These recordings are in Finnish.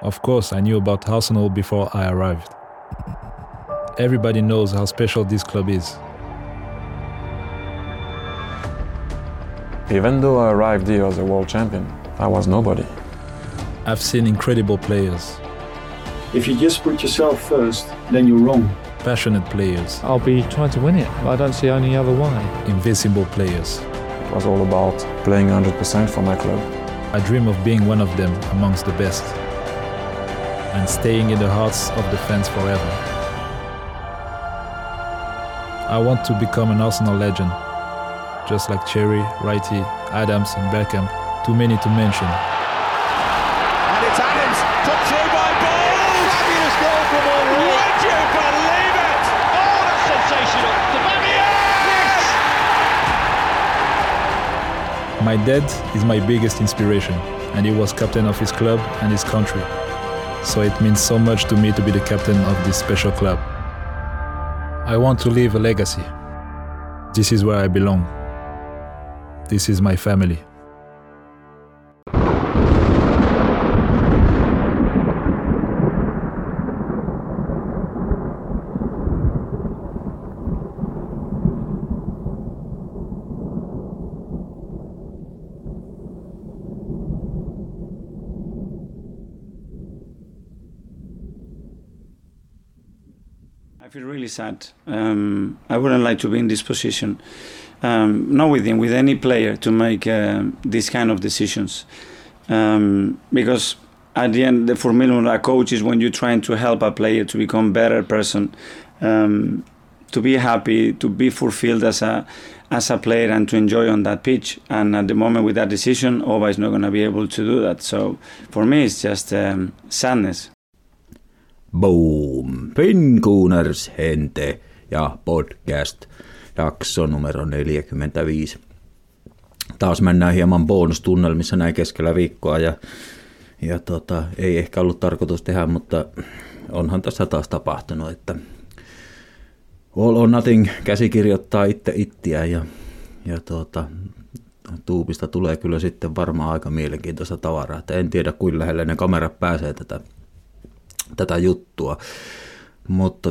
Of course, I knew about Arsenal before I arrived. Everybody knows how special this club is. Even though I arrived here as a world champion, I was nobody. I've seen incredible players. If you just put yourself first, then you're wrong. Passionate players. I'll be trying to win it. I don't see any other way. Invincible players. It was all about playing 100% for my club. I dream of being one of them amongst the best and staying in the hearts of the fans forever. I want to become an Arsenal legend, just like Cherry, Wrighty, Adams and Beckham, too many to mention. And it's Adams, put through by Bowles! Fabulous goal from Allroy! Would you believe it? Oh, that's sensational! Yes! My dad is my biggest inspiration, and he was captain of his club and his country. So it means so much to me to be the captain of this special club. I want to leave a legacy. This is where I belong. This is my family. I feel really sad. I wouldn't like to be in this position. Not with him, with any player, to make these kind of decisions. Because at the end, for me, a coach is when you're trying to help a player to become a better person, to be happy, to be fulfilled as a player and to enjoy on that pitch. And at the moment with that decision, Oba is not going to be able to do that. So for me, it's just sadness. Boom! Pinkuuners Hente ja podcast jakso numero 45. Taas mennään hieman bonustunnelmissa näin keskellä viikkoa ja ei ehkä ollut tarkoitus tehdä, mutta onhan tässä taas tapahtunut, että All or Nothing käsikirjoittaa itseään ja tuubista tulee kyllä sitten varmaan aika mielenkiintoista tavaraa, että en tiedä kuinka lähelle ne kamerat pääsee tätä juttua, mutta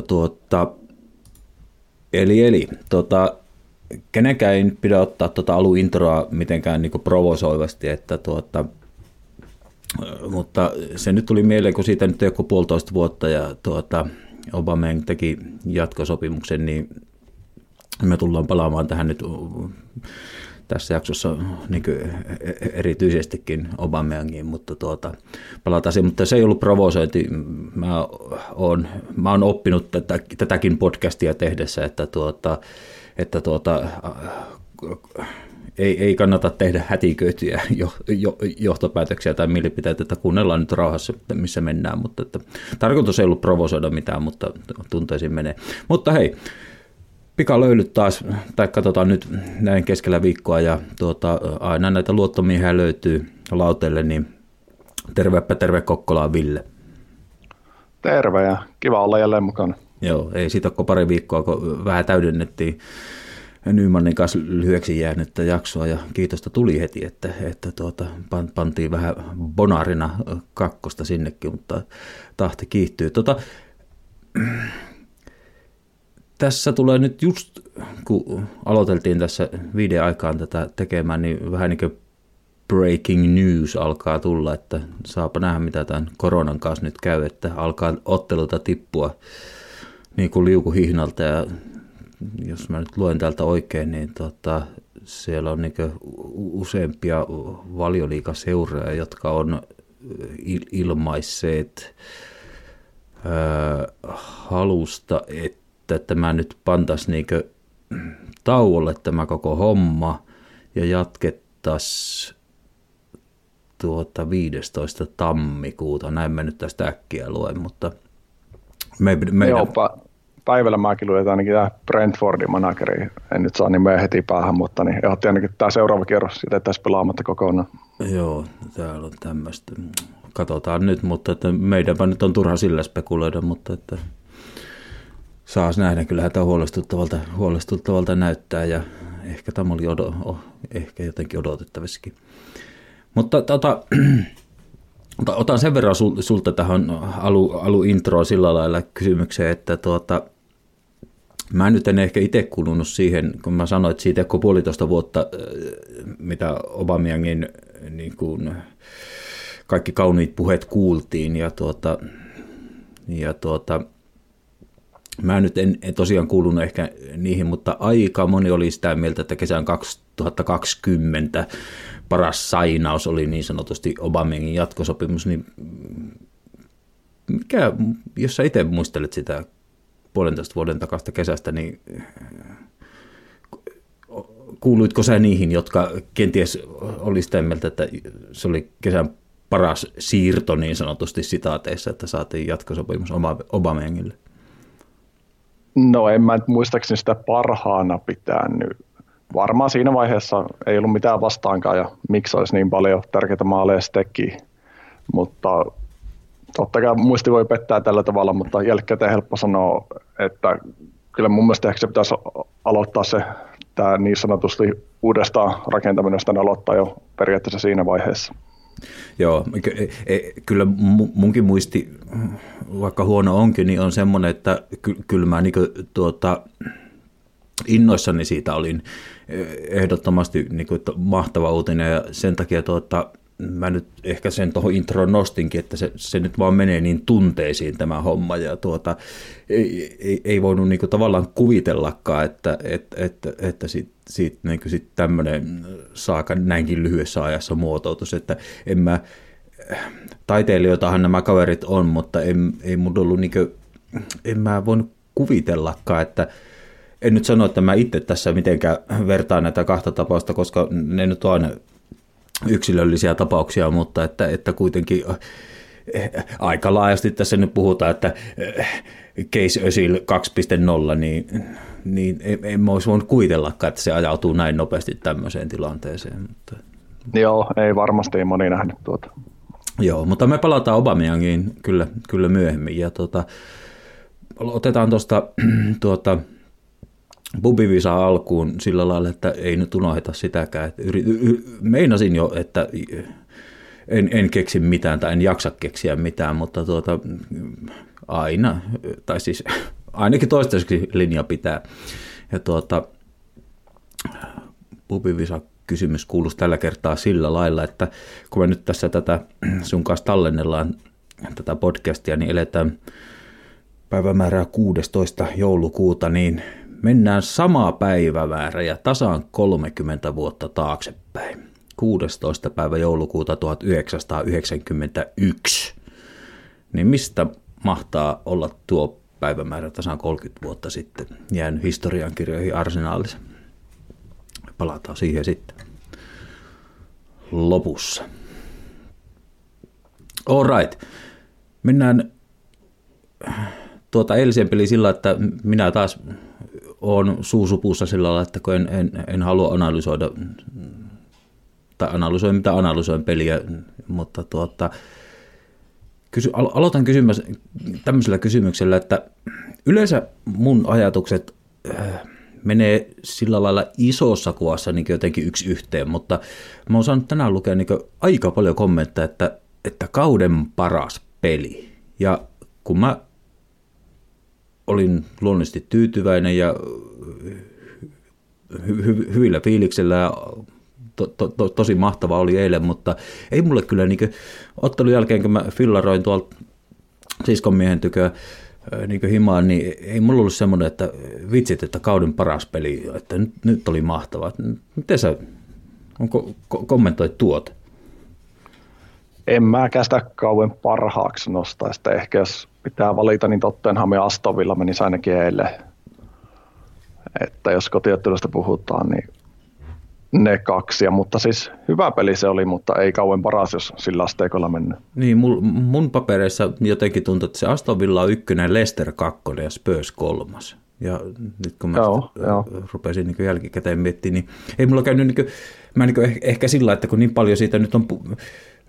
kenenkään ei pidä ottaa alun introa mitenkään niin provosoivasti, mutta se nyt tuli mieleen, kun siitä nyt joku 1,5 vuotta ja Aubameyang teki jatkosopimuksen, niin me tullaan palaamaan tähän nyt tässä jaksossa niin erityisestikin Aubameyangiin, mutta palataan siihen, mutta se ei ollut provosointi. Mä oon oppinut tätäkin podcastia tehdessä, että ei kannata tehdä hätiköityjä johtopäätöksiä tai mielipiteitä, että kuunnellaan nyt rauhassa, missä mennään, mutta tarkoitus ei ollut provosoida mitään, mutta tunteisiin menee. Mutta hei, pikalöylyt taas, tai katsotaan nyt näin keskellä viikkoa, ja aina näitä luottomiehiä löytyy lauteille, niin terve Kokkolaan Ville. Terve ja kiva olla jälleen mukana. Joo, ei siitä ole pari viikkoa, kun vähän täydennettiin Nymanin kanssa lyhyeksi jäänyttä jaksoa, ja kiitosta tuli heti, että pantiin vähän bonarina kakkosta sinnekin, mutta tahti kiihtyy. Tässä tulee nyt just, kun aloiteltiin tässä videon aikaan tätä tekemään, niin vähän niin kuin breaking news alkaa tulla, että saapa nähdä, mitä tämän koronan kanssa nyt käy, että alkaa otteluta tippua niin kuin liukuhihnalta, ja jos mä nyt luen täältä oikein, niin siellä on niin kuin useampia Valioliigaseuroja, jotka on ilmaisseet halusta, että tämä nyt pantaisi niin kuin tauolle tämä koko homma ja jatkettaisiin 15. tammikuuta. Näin mä nyt tästä äkkiä luen, mutta Joo, päivällä mäkin luin, että ainakin tämä Brentfordin manageri, en nyt saa nimeä heti päähän, mutta niin ehdotti ainakin tämä seuraava kierros, sitä tässä pelaamatta kokonaan. Joo, täällä on tämmöistä. Katsotaan nyt, mutta että meidänpä nyt on turha sillä spekuloida, mutta että saas nähdä, kyllähän tämä huolestuttavalta näyttää ja ehkä tämä oli ehkä jotenkin odotettavissakin. Mutta Otan sen verran sulta tähän aluintroon sillä lailla kysymykseen, että mä nyt en ehkä itse kuulunut siihen, kun mä sanoin, että siitä kun 1,5 vuotta, mitä Aubameyangin niin kuin kaikki kauniit puheet kuultiin, mä nyt en tosiaan kuulunut ehkä niihin, mutta aika moni oli sitä mieltä, että kesän 2020 paras sainaus oli niin sanotusti Aubameyangin jatkosopimus, niin jos sä itse muistelet sitä 1,5 vuoden takaista kesästä, niin kuuluitko sä niihin, jotka kenties oli sitä mieltä, että se oli kesän paras siirto niin sanotusti sitaateissa, että saatiin jatkosopimus Aubameyangille? No en mä muistaakseni sitä parhaana pitänyt. Varmaan siinä vaiheessa ei ollut mitään vastaankaan ja miksi olisi niin paljon tärkeitä maaleja teki, mutta totta kai muisti voi pettää tällä tavalla, mutta jälkikäteen helppo sanoa, että kyllä mun mielestä ehkä se pitäisi aloittaa tämä niin sanotusti uudestaan rakentaminen, sitä aloittaa jo periaatteessa siinä vaiheessa. Joo, kyllä munkin muisti, vaikka huono onkin, niin on semmoinen, että kyllä mä niin innoissani siitä olin ehdottomasti niin mahtava uutinen ja sen takia mä nyt ehkä sen tuohon introon nostinkin, että se nyt vaan menee niin tunteisiin tämä homma ja ei voinut niin tavallaan kuvitellakaan, että siitä niin sit tämmöinen saaka näinkin lyhyessä ajassa muotoutus, että taiteilijoitahan nämä kaverit on, mutta ei mun ollut en mä voinut kuvitellakaan, että en nyt sano, että mä itse tässä mitenkään vertaan näitä kahta tapausta, koska ne nyt on aina yksilöllisiä tapauksia, mutta että kuitenkin aika laajasti tässä nyt puhutaan, että Case Özil 2.0, niin en mä olisi voinut kuvitellakaan, että se ajautuu näin nopeasti tämmöiseen tilanteeseen. Mutta joo, ei varmasti moni nähnyt tuota. Joo, mutta me palataan Aubameyangiin kyllä myöhemmin. Ja otetaan tuosta Bubivisaa alkuun sillä lailla, että ei nyt unoheta sitäkään. Että meinasin jo, että en keksi mitään tai en jaksa keksiä mitään, mutta aina, tai siis ainakin toistaiseksi linja pitää. Ja Bubivisa kysymys kuuluisi tällä kertaa sillä lailla, että kun me nyt tässä tätä sun kanssa tallennellaan tätä podcastia, niin eletään päivämäärää 16. joulukuuta, niin mennään samaa päivämäärä ja tasaan 30 vuotta taaksepäin. 16. päivä joulukuuta 1991. Niin mistä mahtaa olla tuo päivämäärä tasan 30 vuotta sitten jäänyt historiankirjoihin Arsenalissa? Palataan siihen sitten lopussa. All right. Mennään eilisen peliin sillä, että minä taas olen suusupussa sillä lailla, että kun en halua analysoida tai analysoin peliä, mutta aloitan tämmöisellä kysymyksellä, että yleensä mun ajatukset menee sillä lailla isossa kuvassa niin jotenkin yksi yhteen, mutta mä oon saanut tänään lukea niin aika paljon kommentteja, että kauden paras peli. Ja kun mä olin luonnollisesti tyytyväinen ja hyvillä fiiliksellä ja tosi mahtava oli eilen, mutta ei mulle kyllä niin ottelun jälkeen, kun mä fillaroin tuolta siskon miehen tykö niin himaan, niin ei mulla ollut semmoinen, että vitsit, että kauden paras peli, että nyt oli mahtavaa. Miten sä kommentoit tuota? En mäkään sitä kauden parhaaksi nostaa. Sitä ehkä jos pitää valita, niin Tottenham ja Aston Villa menisi ainakin eilen. Että jos kotiottelusta puhutaan, niin ne kaksi. Mutta siis hyvä peli se oli, mutta ei kauan paras, jos sillä asteikolla mennyt. Niin, mun papereissa jotenkin tuntuu, että se Aston Villa on 1, Leicester 2 ja Spurs 3. Ja nyt kun mä rupesin niin jälkikäteen miettimään, niin ei mulla käynyt, mä ehkä sillä, että kun niin paljon siitä nyt on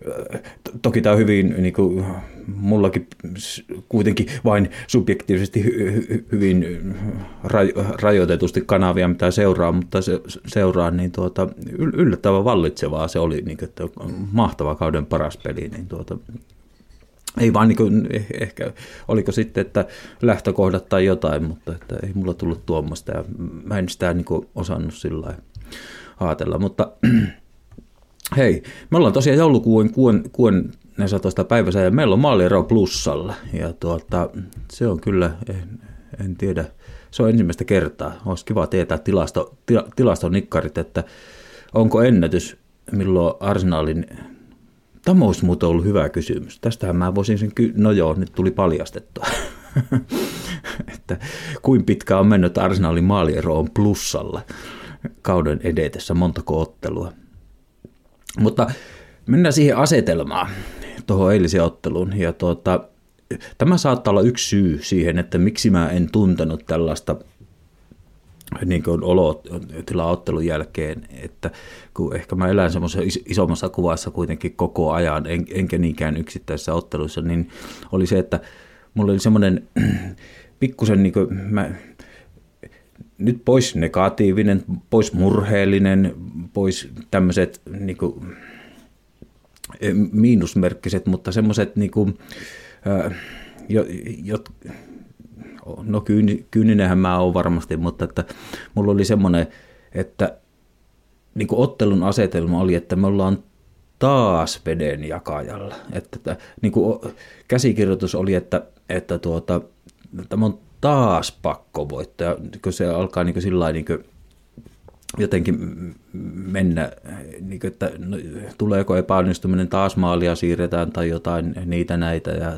toki tämä on hyvin, niin kuin, mullakin kuitenkin vain subjektiivisesti hyvin rajoitetusti kanavia, mitä seuraa, mutta seuraa niin yllättävän vallitsevaa se oli, niin kuin, että mahtava kauden paras peli. Niin ei vaan niin kuin, ehkä, oliko sitten, että lähtökohdat tai jotain, mutta että ei mulla tullut tuommoista ja mä en sitä niin kuin osannut sillä lailla ajatella, mutta hei, me ollaan tosiaan joulukuun 16. päivässä ja meillä on maaliero plussalla ja se on kyllä, en tiedä, se on ensimmäistä kertaa. Olisi kiva tietää tilastonikkarit, että onko ennätys, milloin Arsenalin, tämä olisi muuten ollut hyvä kysymys. Tästähän mä voisin sen, no joo, nyt tuli paljastettua, että kuinka pitkä on mennyt, että Arsenalin maaliero on plussalla kauden edetessä, montako ottelua. Mutta mennään siihen asetelmaan, tuohon eiliseen otteluun. Ja tämä saattaa olla yksi syy siihen, että miksi mä en tuntenut tällaista niin kuin olotilaa ottelun jälkeen, että kun ehkä mä elän semmoisessa isommassa kuvassa kuitenkin koko ajan, enkä niinkään yksittäisissä otteluissa, niin oli se, että mulla oli semmoinen pikkusen niin kuin nyt pois negatiivinen, pois murheellinen, pois tämmöiset niin kuin miinusmerkkiset, mutta semmoiset niin kuin, no kyyninenhän mä oon varmasti, mutta että mulla oli semmoinen, että niin kuin ottelun asetelma oli, että me ollaan taas veden jakajalla. Että niin kuin käsikirjoitus oli, että tämä on taas pakko voittaa, kun se alkaa niin kuin sillä lailla niin jotenkin mennä, niin kuin, että no, tuleeko epäonnistuminen, taas maalia siirretään tai jotain niitä näitä.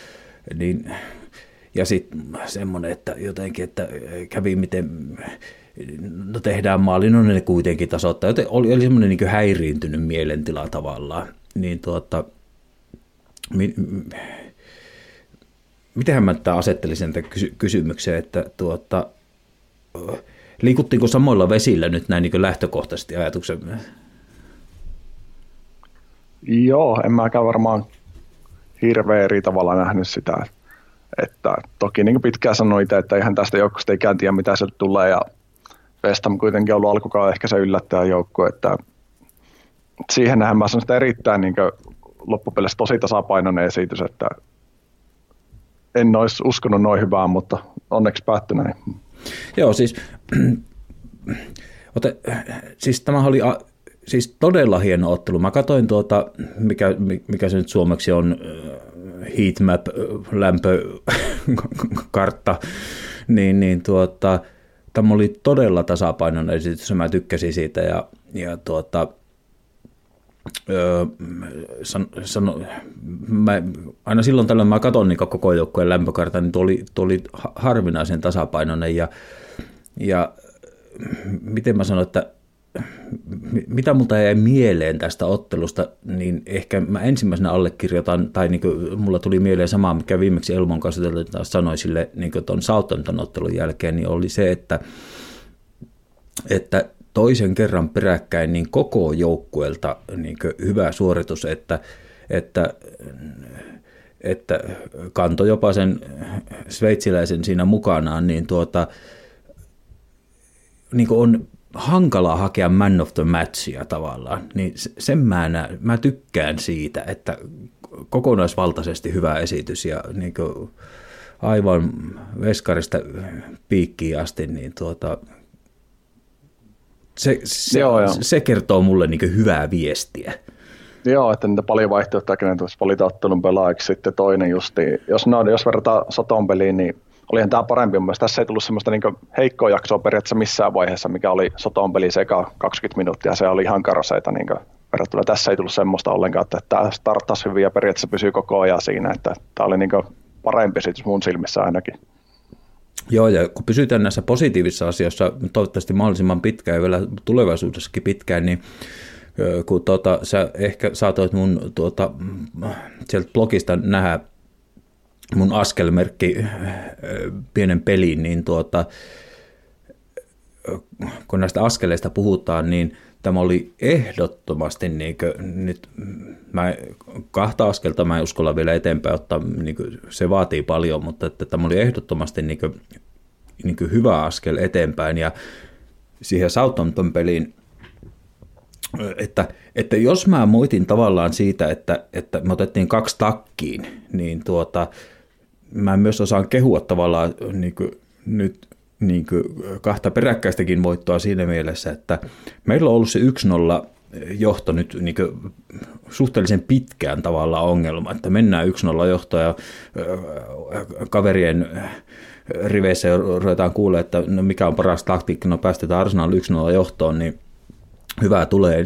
Ja sitten semmoinen, että jotenkin, että kävi miten, no tehdään maali, no ne kuitenkin tasoittaa. Joten oli semmoinen niin kuin häiriintynyt mielentila tavallaan. Niin mitenhän mä asettelisin tämän kysymykseen, että liikuttiinko samoilla vesillä nyt näin niin lähtökohtaisesti ajatuksen? Joo, en mäkään varmaan hirveän eri tavalla nähnyt sitä. Että toki niin kuin pitkään sanoin itse, että ihan tästä joukkueesta ei ikään tiedä, mitä sieltä tulee. Ja West Ham kuitenkin ollut alkukaan ehkä se yllättäjä joukko, että siihen nähdään mä sanon sitä erittäin niin loppupeleissä tosi tasapainoinen esitys, että en olisi uskonut noin hyvää, mutta onneksi päättyi näin. Joo, siis tämä oli siis todella hieno ottelu. Mä katsoin mikä se nyt suomeksi on, heatmap, lämpökartta, niin tämä oli todella tasapainoinen esitys, mä tykkäsin siitä mä aina silloin tällöin mä katson niin koko joukkueen lämpökartan, niin tuo oli harvinaisen tasapainoinen ja miten mä sanon, että mitä multa jäi mieleen tästä ottelusta, niin ehkä mä ensimmäisenä allekirjoitan, tai niin kuin mulla tuli mieleen sama, mikä viimeksi Elmon kanssa sanoi sille niin tuon Southampton-ottelun jälkeen, niin oli se, että toisen kerran peräkkäin niin koko joukkueelta niin hyvä suoritus, että kantoi jopa sen sveitsiläisen siinä mukanaan, niin on hankalaa hakea man of the matchia tavallaan, niin sen mä tykkään siitä, että kokonaisvaltaisesti hyvä esitys ja niin aivan veskarista piikkiin asti, niin se kertoo mulle niin hyvää viestiä. Joo, että niitä paljon vaihtoehtoja, kenen tulisi valita ottelun pelaajaksi. Sitten toinen justi, jos verrataan Soton peliin, niin olihan tämä parempi. Mielestäni tässä ei tullut semmoista niin heikkoa jaksoa periaatteessa missään vaiheessa, mikä oli Soton peli sekä 20 minuuttia. Se oli ihan karoseita niin verrattuna. Tässä ei tullut semmoista ollenkaan, että tämä starttasi hyvin ja periaatteessa pysyy koko ajan siinä. Että tämä oli niin parempi esitys mun silmissä ainakin. Joo, ja kun pysytään näissä positiivisissa asioissa, toivottavasti mahdollisimman pitkään ja vielä tulevaisuudessakin pitkään, niin kun sä ehkä saatoit mun sieltä blogista nähdä mun askelmerkki pienen peliin, niin kun näistä askeleista puhutaan, niin tämä oli ehdottomasti, niin kuin, nyt mä 2 askelta mä en uskalla vielä eteenpäin ottaa, niin kuin, se vaatii paljon, mutta että tämä oli ehdottomasti niin kuin hyvä askel eteenpäin ja siihen Southampton-peliin, että jos mä moitin tavallaan siitä, että me otettiin 2 takkiin, niin mä myös osaan kehua tavallaan niin kuin, nyt niin kuin 2 peräkkäistäkin voittoa siinä mielessä, että meillä on ollut se 1-0 johto nyt niin kuin suhteellisen pitkään tavallaan ongelma, että mennään 1-0 johtoa ja kaverien riveissä ruvetaan kuulemaan, että no mikä on paras taktiikka, no päästetään Arsenal 1-0 johtoon, niin hyvää tulee,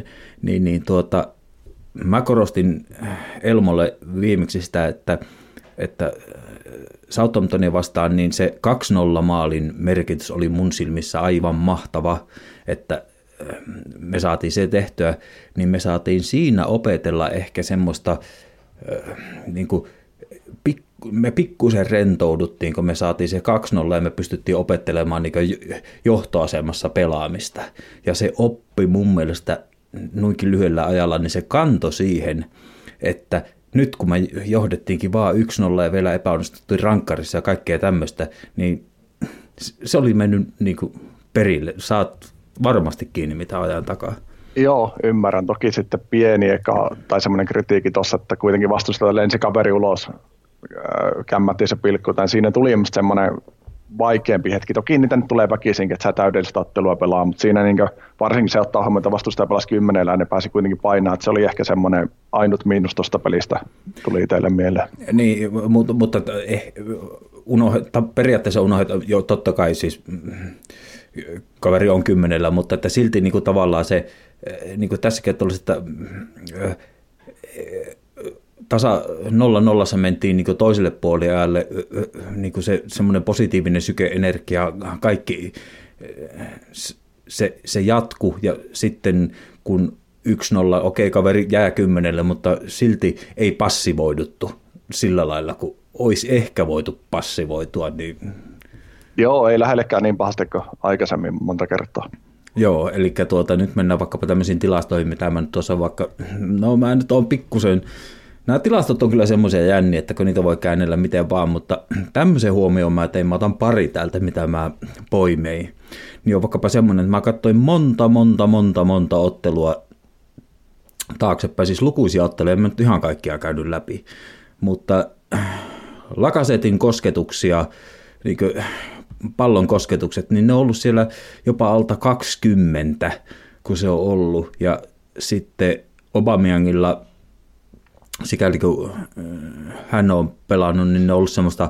mä korostin Elmolle viimeksi sitä, että Southamptonia vastaan, niin se 2-0 maalin merkitys oli mun silmissä aivan mahtava, että me saatiin se tehtyä, niin me saatiin siinä opetella ehkä semmoista, niin kuin, me pikkusen rentouduttiin, kun me saatiin se 2-0 ja me pystyttiin opettelemaan niin kuin johtoasemassa pelaamista. Ja se oppi mun mielestä noinkin lyhyellä ajalla, niin se kanto siihen, että nyt kun me johdettiinkin vaan 1-0 ja vielä epäonnistuttiin rankkarissa ja kaikkea tämmöistä, niin se oli mennyt niin kuin perille. Saat varmasti kiinni, mitä ajan takaa. Joo, ymmärrän. Toki sitten pieni tai semmoinen kritiikki tuossa, että kuitenkin vastustaja lensi kaveri ulos, kämmättiin se pilkku. Siinä tuli semmoinen vaikeampi hetki. Toki niitä nyt tulee väkisinkin, että sä täydellistä ottelua pelaa, mutta siinä niin varsinkin se ottaa huomioon, että vastustaja pelasi 10 ja ne pääsi kuitenkin painaa. Että se oli ehkä semmoinen ainut miinus tuosta pelistä, tuli teille mieleen. Niin, mutta periaatteessa unohdetaan, jo totta kai siis kaveri on 10, mutta että silti niin kuin tavallaan se, niin kuin tässäkin, että olisi, että tasa 0-0 mentiin niin kuin toiselle puolelle, niin kuin se semmoinen positiivinen syke-energia, kaikki se jatkuu ja sitten kun 1-0, okei, kaveri jää 10, mutta silti ei passivoiduttu sillä lailla, kun olisi ehkä voitu passivoitua. Niin... Joo, ei lähellekään niin pahasti kuin aikaisemmin monta kertaa. Joo, eli nyt mennään vaikkapa tämmöisiin tilastoihin, mitä mä nyt tuossa vaikka, no mä nyt oon pikkusen, nämä tilastot on kyllä semmoisia jänniä, että kun niitä voi käännellä miten vaan, mutta tämmöisen huomioon mä tein, mä otan pari täältä, mitä mä poimein. Niin on vaikkapa semmoinen, että mä katsoin monta ottelua taaksepäin, siis lukuisia otteluja, en mä nyt ihan kaikkia käynyt läpi, mutta Lacazettin kosketuksia, niin kuin pallon kosketukset, niin ne on ollut siellä jopa alta 20, kun se on ollut, ja sitten Aubameyangilla, sikäli kun hän on pelannut, niin ne on ollut semmoista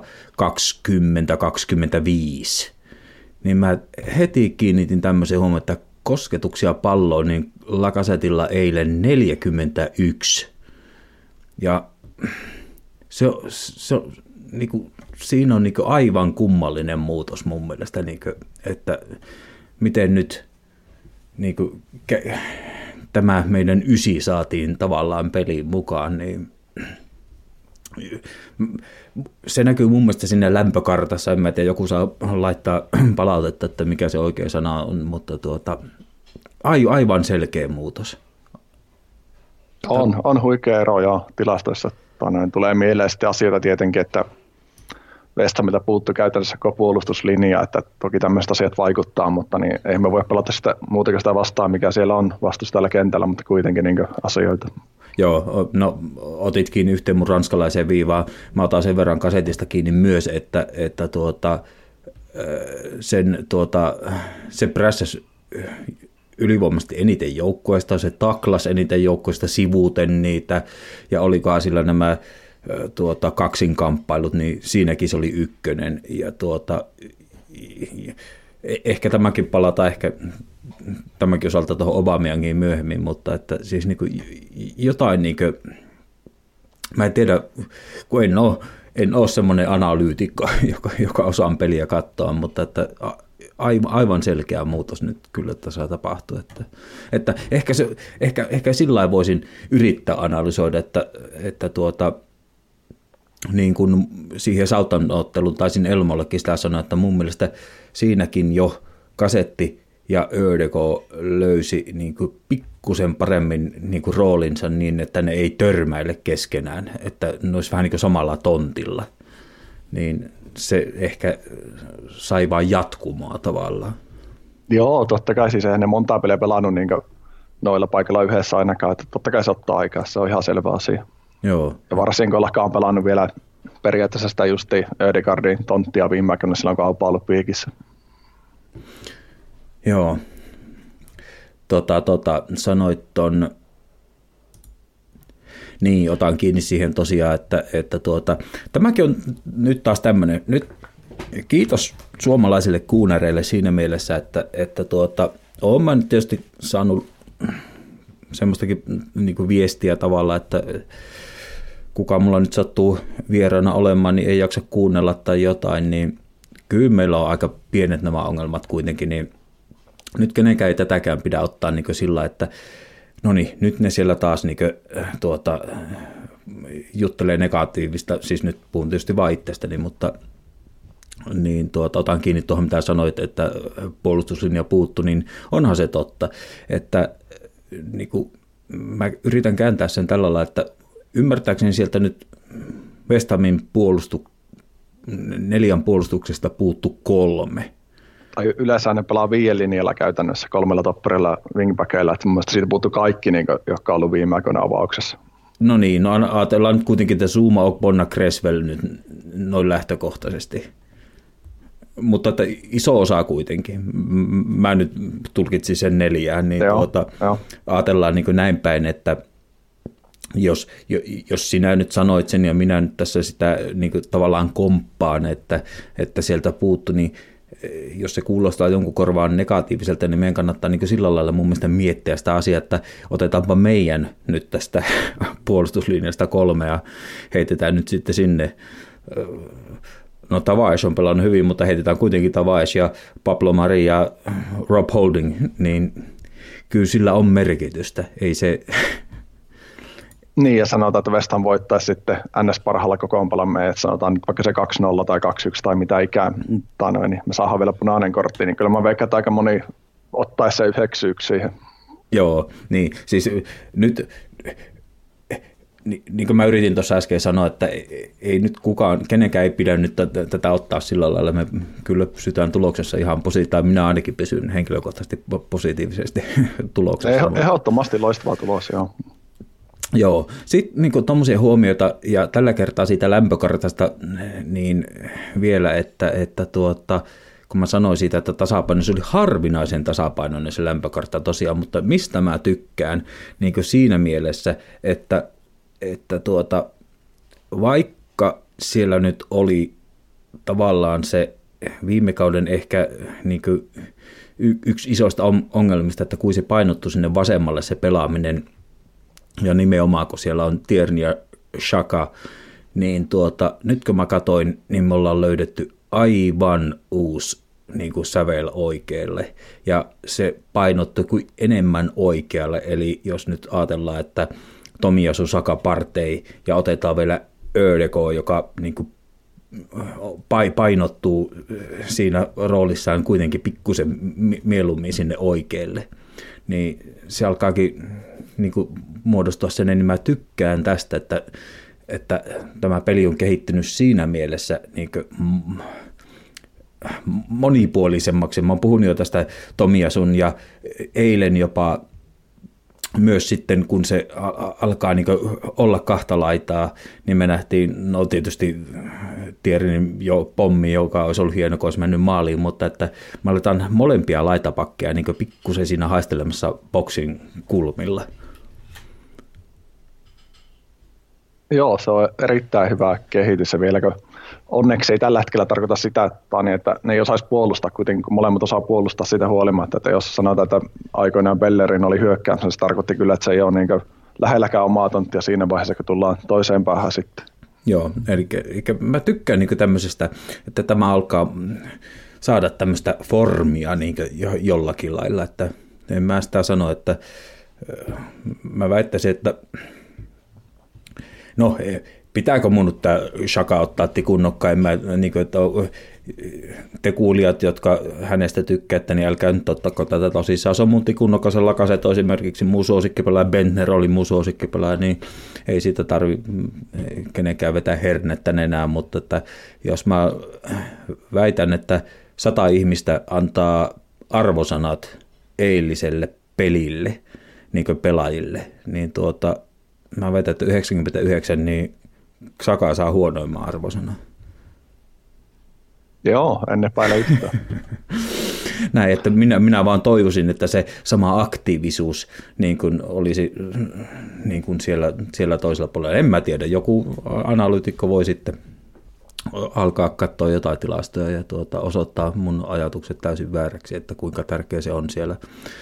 20-25. Niin mä heti kiinnitin tämmöisen huomioon, että kosketuksia palloon, niin Lacazettilla eilen 41. Ja se niin kuin, siinä on niin kuin aivan kummallinen muutos mun mielestä, niin kuin, että miten nyt niin kuin, tämä meidän 9 saatiin tavallaan peliin mukaan, niin se näkyy mun mielestä sinne lämpökartassa, en mä tiedä, joku saa laittaa palautetta, että mikä se oikea sana on, mutta aivan selkeä muutos. On huikea ero jo tilastoissa. Tulee mieleen sitten asioita tietenkin, että West Hamilta puuttuu käytännössä koko puolustuslinja, että toki tämmöiset asiat vaikuttaa, mutta niin ei me voi pelata sitä muutenkin sitä vastaan, mikä siellä on vastustajalla kentällä, mutta kuitenkin niin asioita. Joo, no otit kiinni yhteen mun ranskalaiseen viivaan. Mä otan sen verran kasetista kiinni myös, että se prässäsi ylivoimaisesti eniten joukkueesta, se taklasi eniten joukkueesta sivuuten niitä, ja olikohan sillä nämä kaksinkamppailut, niin siinäkin se oli 1. Ja ehkä tämäkin palataan ehkä tämäkin osalta tuohon Aubameyangiin myöhemmin, mutta että siis niin kuin jotain niin kuin, mä en tiedä, kun en ole semmoinen analyytikko, joka osaan peliä katsoa, mutta että aivan selkeä muutos nyt kyllä tässä tapahtuu. Että ehkä sillä lailla voisin yrittää analysoida, että niin kuin siihen Southampton-otteluun taisin Elmollekin sitä sanoa, että mun mielestä siinäkin jo Kasetti ja Ödegård löysi niin kuin pikkusen paremmin niin kuin roolinsa niin, että ne ei törmäile keskenään, että ne olisi vähän niin kuin samalla tontilla, niin se ehkä sai vaan jatkumoa tavallaan. Joo, totta kai siis eihän ne montaa peliä pelannut niin noilla paikalla yhdessä ainakaan, että totta kai se ottaa aikaa, se on ihan selvä asia. Joo. Ja varsinkin kun Laka on pelannut vielä periaatteessa sitä justi Ödegårdin tonttia viime aikoina silloin, kun Aupa on ollut piikissä. Joo. Sanoit ton, niin otan kiinni siihen tosiaan, että tämäkin on nyt taas tämmöinen, nyt kiitos suomalaisille kuunareille siinä mielessä, että olen mä nyt tietysti saanut semmoistakin niin kuin viestiä tavalla, että kuka mulla nyt sattuu vieraana olemaan, niin ei jaksa kuunnella tai jotain, niin kyllä meillä on aika pienet nämä ongelmat kuitenkin, niin nyt kenenkään ei tätäkään pidä ottaa niin kuin sillä, että no niin, nyt ne siellä taas niin kuin, juttelee negatiivista, siis nyt puhun tietysti vaan itsestäni, mutta niin otan kiinni tuohon, mitä sanoit, että puolustuslinja puuttu, niin onhan se totta, että niin kuin, mä yritän kääntää sen tällä lailla, että ymmärtääkseni sieltä nyt West Hamin 4 puolustuksesta puuttu 3. Tai yleensä ne pelaa 5 linjalla käytännössä 3 topparilla wingbackeilla, että mun mielestä siitä puuttuu kaikki, niin kuin, jotka on ollut viime aikoina avauksessa. No niin, ajatellaan nyt kuitenkin, että Zuma, Ogbonna, Creswell nyt noin lähtökohtaisesti. Mutta että iso osa kuitenkin. Mä nyt tulkitsin sen 4, niin ajatellaan niin kuin näin päin, että jos sinä nyt sanoit sen ja minä nyt tässä sitä niin kuin tavallaan komppaan, että sieltä puuttu, niin jos se kuulostaa jonkun korvaan negatiiviselta, niin meidän kannattaa niin kuin sillä lailla mun mielestä miettiä sitä asiaa, että otetaanpa meidän nyt tästä puolustuslinjasta 3 ja heitetään nyt sitten sinne. No Tavares on pelannut hyvin, mutta heitetään kuitenkin Tavares ja Pablo Mari ja Rob Holding, niin kyllä sillä on merkitystä. Ei se... Niin, ja sanotaan, että West Ham voittaisi sitten NS parhaalla kokoonpanolla, että sanotaan nyt vaikka se 2-0 tai 2-1 tai mitä ikään, niin me saadaan vielä punainen kortti, niin kyllä mä veikkaan, että aika moni ottaisi se 9-1 siihen. Joo, niin siis nyt... Niin kuin mä yritin tuossa äsken sanoa, että ei nyt kenenkään ei pidä nyt tätä ottaa sillä lailla, me kyllä pysytään tuloksessa ihan positiivisesti, minä ainakin pysyn henkilökohtaisesti positiivisesti tuloksessa. Ehdottomasti loistava tulos, joo. Joo, sitten niin tuommoisia huomioita, ja tällä kertaa siitä lämpökartasta niin vielä, että kun mä sanoin siitä, että tasapaino, se oli harvinaisen tasapainoinen se lämpökartta tosiaan, mutta mistä mä tykkään niin siinä mielessä, että vaikka siellä nyt oli tavallaan se viime kauden ehkä niin kuin yksi isoista ongelmista, että kun se painottui sinne vasemmalle se pelaaminen, ja nimenomaan kun siellä on Tierney ja Xhaka, niin nyt kun mä katsoin, niin me ollaan löydetty aivan uusi niin kuin sävel oikealle, ja se painottui kuin enemmän oikealle, eli jos nyt ajatellaan, että Tomiyasu, Saka, Partey ja otetaan vielä Ödegård, joka niin kuin painottuu siinä roolissaan kuitenkin pikkusen mieluummin sinne oikealle, niin se alkaakin niin kuin muodostua sen, niin mä tykkään tästä, että tämä peli on kehittynyt siinä mielessä niin kuin monipuolisemmaksi. Mä oon puhunut jo tästä Tomiyasun ja eilen jopa myös sitten, kun se alkaa niin olla kahta laitaa, niin me nähtiin, no tietysti Tiernin jo pommi, joka olisi ollut hieno, kun olisi mennyt maaliin, mutta että me aletaan molempia laitapakkeja niin pikkusen siinä haistelemassa boksin kulmilla. Joo, se on erittäin hyvä kehitys, ja vieläkö onneksi ei tällä hetkellä tarkoita sitä, että ne ei osaisi puolustaa kuitenkin, kun molemmat osaa puolustaa sitä huolimatta, että jos sanotaan, että aikoinaan Bellerin oli hyökkäys, niin se tarkoitti kyllä, että se ei ole niin lähelläkään omaa tonttia siinä vaiheessa, kun tullaan toiseen päähän sitten. Joo, eli mä tykkään niin tämmöisestä, että tämä alkaa saada tämmöistä formia niin jollakin lailla, että en mä sitä sano, että mä väittäisin, että no pitääkö mun tämä Xhaka ottaa tikun nokkaan, niin että te kuulijat, jotka hänestä tykkäätte, niin älkää nyt ottako tätä tosissaan. Se on mun Tikun Lakaset esimerkiksi mun suosikkipelaaja, Bentner oli mun suosikkipelaaja, niin ei siitä tarvitse kenenkään vetää hernettä nenään, mutta että jos mä väitän, että 100 ihmistä antaa arvosanat eiliselle pelille, niin kuin pelaajille, niin mä väitän, että 99 niin Saka saa huonoimman arvosanan. Joo, en epäile yhtään. Näin, että minä vaan toivoisin, että se sama aktiivisuus niin kuin olisi niin kuin siellä toisella puolella. En mä tiedä, joku analyytikko voi sitten alkaa katsoa jotain tilastoja ja osoittaa mun ajatukset täysin vääräksi, että kuinka tärkeä se on siellä.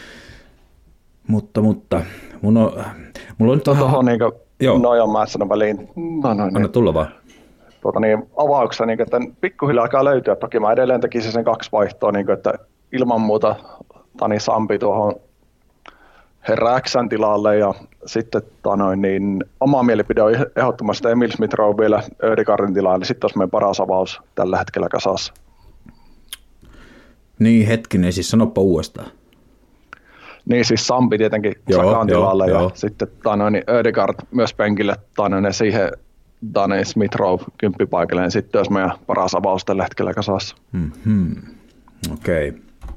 Mutta mulla on nyt tuohon mä sanon väliin. Anna tulla vaan. Avauksessa, että pikkuhiljaa alkaa löytyä. Toki mä edelleen tekisin sen 2 vaihtoa, että ilman muuta Tani Sampi tuohon herra X:n tilalle ja sitten oma mielipide on ehdottomasti Emil Smith-Rowe vielä Ödegaardin tilalle, niin sitten olisi meidän paras avaus tällä hetkellä kasassa. Niin hetkinen, siis sanoppa uudestaan. Niin siis Sampi tietenkin Sakan tilalle ja sitten Ödegaard myös penkille siihen Smith-Rowe 10 paikalle, niin sitten olisi meidän paras avaus tällä hetkellä kasassa. Okei.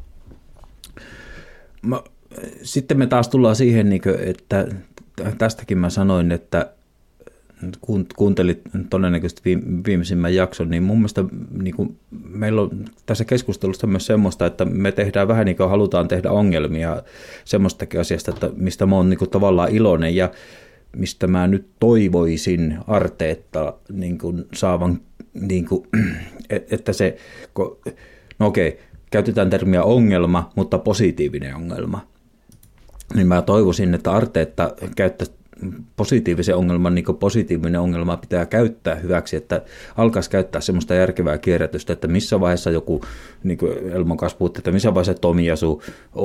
Sitten me taas tullaan siihen, että tästäkin mä sanoin, että kuuntelit todennäköisesti viimeisimmän jakson, niin mun mielestä meillä on tässä keskustelussa myös semmoista, että me tehdään vähän niin kuin halutaan tehdä ongelmia semmoistakin asiasta, että mistä mä oon tavallaan iloinen ja mistä mä nyt toivoisin Arteetta saavan, että se, käytetään termiä ongelma, mutta positiivinen ongelma. Niin mä toivoisin, että Arteetta käyttäisi positiivisen ongelman, niin kuin positiivinen ongelma pitää käyttää hyväksi, että alkaisi käyttää semmoista järkevää kierrätystä, että missä vaiheessa joku, niin kuin Elmon kanssa puhutti, että missä vaiheessa Tomiyasu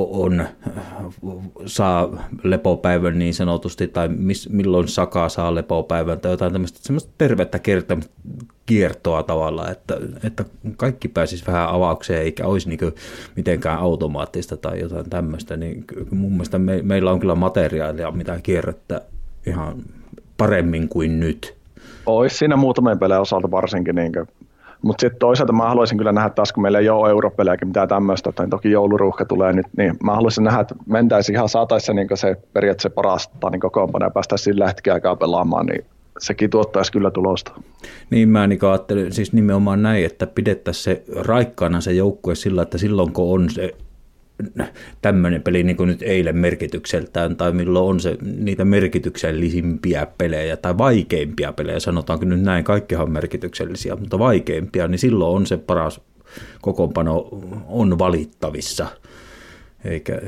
saa lepopäivän niin sanotusti, tai milloin Saka saa lepopäivän, tai jotain tämmöistä semmoista tervettä kiertoa tavallaan, että kaikki pääsisi vähän avaukseen, eikä olisi niin kuin mitenkään automaattista tai jotain tämmöistä, niin mun mielestä meillä on kyllä materiaalia, mitä kierrättää ihan paremmin kuin nyt. Olisi siinä muutamien pelejä osalta varsinkin. Mutta sitten toisaalta mä haluaisin kyllä nähdä taas, kun meillä ei ole europelejäkin mitään tämmöistä, tai toki jouluruuhka tulee nyt, niin mä haluaisin nähdä, että mentäisiin ihan saataisiin se periaatteessa parasta kokoonpano ja päästäisiin sillä hetken aikaa pelaamaan, niin sekin tuottaisi kyllä tulosta. Niin mä ajattelin siis nimenomaan näin, että pidettäisiin se raikkaana se joukkue sillä, että silloin kun on se tämmöinen peli niin kuin nyt eilen merkitykseltään, tai milloin on se niitä merkityksellisimpiä pelejä tai vaikeimpia pelejä, sanotaanko nyt näin, kaikkihan on merkityksellisiä, mutta vaikeimpia, niin silloin on se paras kokoonpano on valittavissa, eikä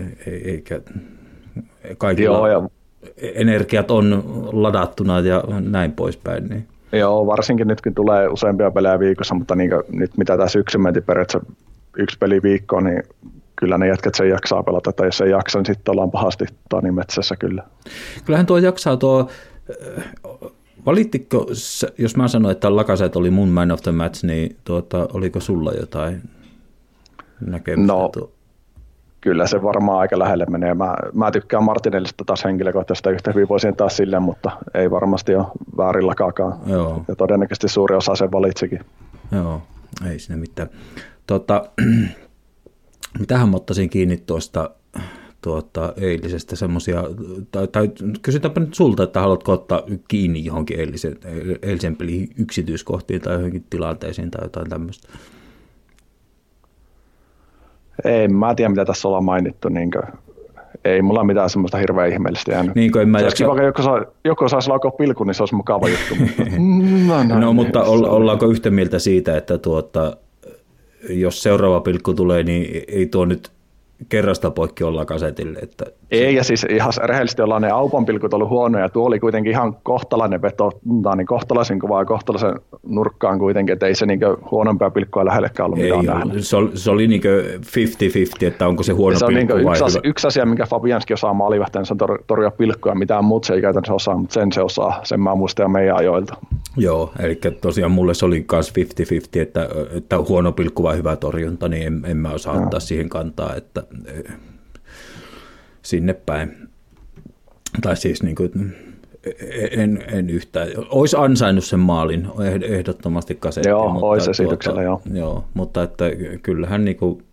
kaikilla energiat on ladattuna ja näin poispäin. Niin. Joo, varsinkin nyt kun tulee useampia pelejä viikossa, mutta nyt mitä tässä syksyn mentiin periaatteessa 1 peli viikkoon, niin kyllä ne jätkät sen jaksaa pelata, tai jos ei jaksa, niin sitten ollaan pahasti metsässä kyllä. Kyllähän tuo jaksaa valittiko, jos mä sanoin, että Lacazette oli mun man of the match, niin oliko sulla jotain näkemystä? No, kyllä se varmaan aika lähelle menee. Mä tykkään Martinellista taas henkilökohtaisesti, yhtä hyvin voisin taas silleen, mutta ei varmasti ole väärillä Joo. Ja todennäköisesti suuri osa sen valitsikin. Joo, ei siinä mitään. Mitähän mä ottaisin kiinni tuosta eilisestä semmoisia, tai kysytäänpä nyt sulta, että haluatko ottaa kiinni johonkin eilisen pelin yksityiskohtiin tai johonkin tilanteisiin tai jotain tämmöistä? Ei, mä tiedä mitä tässä ollaan mainittu, ei mulla mitään semmoista hirveän ihmeellistä jäänyt. Niin kuin en mä jaksa... Joku saisi laukoa pilkun, niin se olisi mukava juttu. Mutta ollaanko yhtä mieltä siitä, että jos seuraava pilkku tulee, niin ei tuo nyt kerrasta poikki olla kasetille. Että ei, ja siis ihan rehellisesti ollaan ne aupanpilkut ollut huonoja. Tuo oli kuitenkin ihan kohtalainen veto, niin kohtalaisen kovaa ja kohtalaisen nurkkaan kuitenkin, että ei se niin huonompaa pilkkua lähellekään ollut mitään nähnyt. Se oli niin 50-50, että onko se huono pilkku vai hyvä. Yksi asia, minkä Fabianski osaa maalivahtajana, se on torjua pilkkuja, mitään muuta se ei käytännössä osaa, mutta sen se osaa, sen mä muistan ja meidän ajoilta. Joo, eli tosiaan mulle se oli myös 50-50, että huono pilkku vai hyvä torjunta, niin en mä osaa ottaa siihen kantaa, että sinne päin. Tai siis niin kuin, en yhtään. Olisi ansainnut sen maalin ehdottomasti kasetti. Joo, olisi esityksellä, joo. Joo, mutta että kyllähän niin kuin,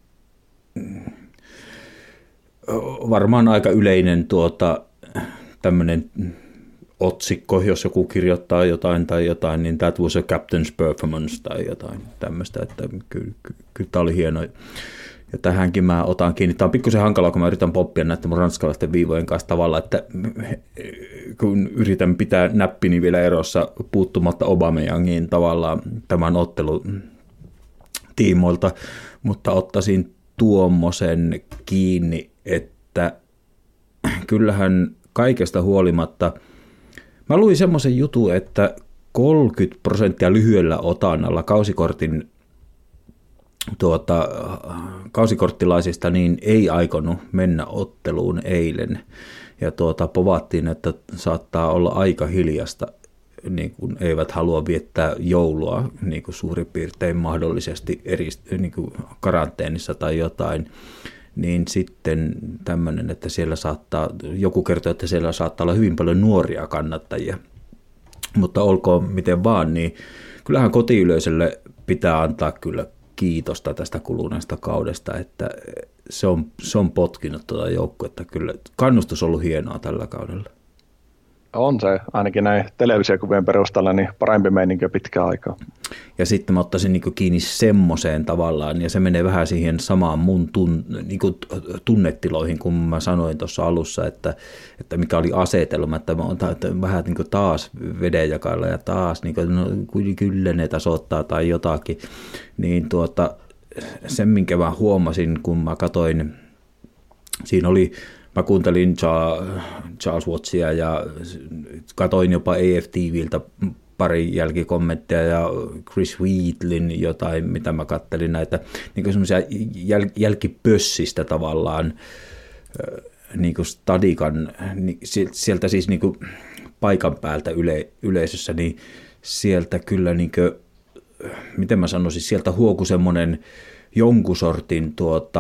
varmaan aika yleinen tämmöinen otsikko, jos joku kirjoittaa jotain tai jotain, niin that was a captain's performance tai jotain tämmöistä, että kyllä tämä oli hieno. Ja tähänkin mä otan kiinni. Tämä on pikkusen hankalaa, kun mä yritän poppia näiden mun ranskalaisten viivojen kanssa tavalla, että kun yritän pitää näppini vielä erossa puuttumatta Aubameyangiin tavallaan tämän ottelun tiimoilta, mutta ottaisin tuommoisen kiinni, että kyllähän kaikesta huolimatta, mä luin semmoisen jutun, että 30% lyhyellä otannalla kausikorttilaisista niin ei aikonut mennä otteluun eilen. Ja povattiin, että saattaa olla aika hiljasta, niin kuin eivät halua viettää joulua niin kuin suurin piirtein mahdollisesti niin kuin karanteenissa tai jotain. Niin sitten tämmöinen, että siellä joku kertoo, että siellä saattaa olla hyvin paljon nuoria kannattajia. Mutta olkoon miten vaan, niin kyllähän kotiyleisölle pitää antaa kyllä kiitosta tästä kuluneesta kaudesta, että se on potkinut tuota joukkuetta. Kyllä kannustus on ollut hienoa tällä kaudella. On se, ainakin näin televisiokuvien perusteella, niin parempi meininki pitkään aikaa. Ja sitten mä ottaisin niin kiinni semmoiseen tavallaan, ja se menee vähän siihen samaan mun tunnetiloihin, kun mä sanoin tuossa alussa, että mikä oli asetelma, että mä oon vähän niin taas vedenjakailla ja taas niin kyllä ne tasoittaa tai jotakin, niin sen minkä mä huomasin, kun mä katsoin, siinä oli, mä kuuntelin Charles Watsia ja katoin jopa AFTVltä pari jälkikommentteja ja Chris Wheatlin jotain, mitä mä kattelin näitä niin semmoisia jälkipössistä tavallaan niin kuin stadikan, niin sieltä siis niin kuin paikan päältä yleisössä, niin sieltä kyllä niin kuin, miten mä sanoisin, sieltä huokui semmoinen jonkun sortin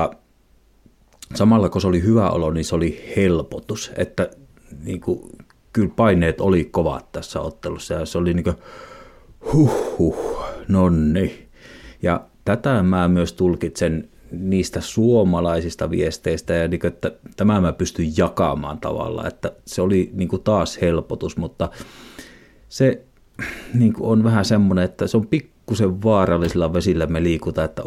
samalla kun se oli hyvä olo, niin se oli helpotus, että niin kuin, kyllä paineet oli kovat tässä ottelussa ja se oli niin kuin nonni. Ja tätä mä myös tulkitsen niistä suomalaisista viesteistä ja niin kuin, että tämä mä pystyn jakamaan tavallaan, että se oli niin kuin taas helpotus, mutta se niin kuin on vähän semmoinen, että se on pikkusen vaarallisilla vesillä me liikutaan, että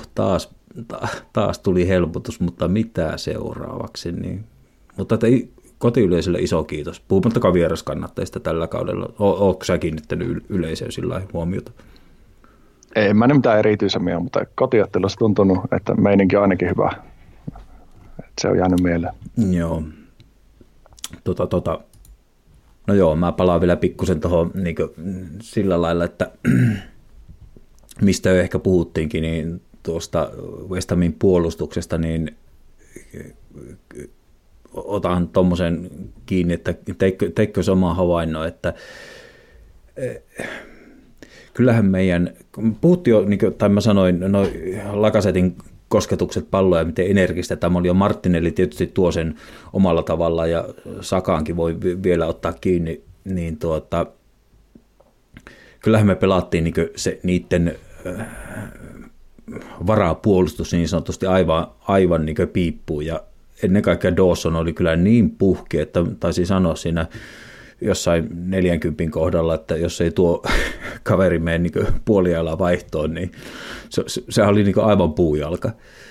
taas tuli helpotus, mutta mitä seuraavaksi? Niin. Mutta kotiyleisölle iso kiitos. Puhumattakaan vieraskannattajista tällä kaudella. Oletko sä kiinnittänyt yleisöön sillä huomiota? Ei mä mitään erityisemmin, mutta kotiottelussa tuntunut, että meininki on ainakin hyvä. Että se on jäänyt mieleen. Joo. No joo, mä palaan vielä pikkusen tuohon niin sillä lailla, että mistä jo ehkä puhuttiinkin, niin tuosta West Hamin puolustuksesta, niin otan tuommoisen kiinni, että teikö sama havainno, että kyllähän meidän, puhuttiin jo, tai mä sanoin, Lacazettin kosketukset palloja, miten energistä tämä oli jo. Martinelli tietysti tuo sen omalla tavalla ja Sakaankin voi vielä ottaa kiinni, niin kyllähän me pelattiin niin se niiden varapuolustus niin sanotusti aivan niin piippuun ja ennen kaikkea Dawson oli kyllä niin puhki, että taisi sanoa siinä jossain 40 kohdalla, että jos ei tuo kaveri mene niin puoliajalla vaihtoon, niin se oli niin aivan puujalka.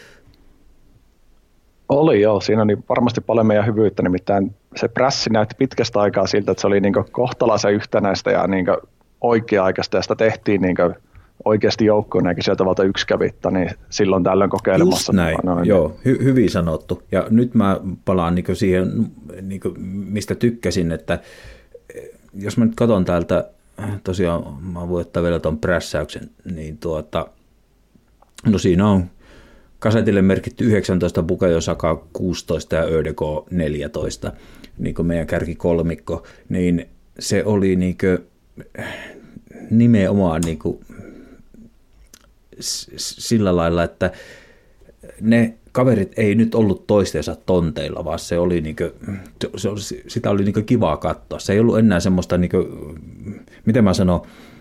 Oli joo, siinä oli varmasti paljon meidän hyvyyttä, nimittäin se prässi näytti pitkästä aikaa siltä, että se oli niin kohtalaisen yhtenäistä ja niin oikea-aikaista ja sitä tehtiin niin oikeasti joukkueenakin sieltä valta yksi kävittä, niin silloin tällöin kokeilemassa. Just näin, joo, hyvin sanottu. Ja nyt mä palaan niin siihen, niin mistä tykkäsin, että jos mä nyt katson täältä, tosiaan mä voin ottaa vielä tuon prässäyksen, niin no siinä on kasetille merkitty 19, Bukayo Saka 16 ja Ödegård 14, niin kuin meidän kärkikolmikko, niin se oli niin kuin nimenomaan niin kuin sillä lailla, että ne kaverit ei nyt ollut toistensa tonteilla, vaan se oli niinku, sitä oli niinku kivaa katsoa. Se ei ollut enää semmoista, niinku, miten mä sanon,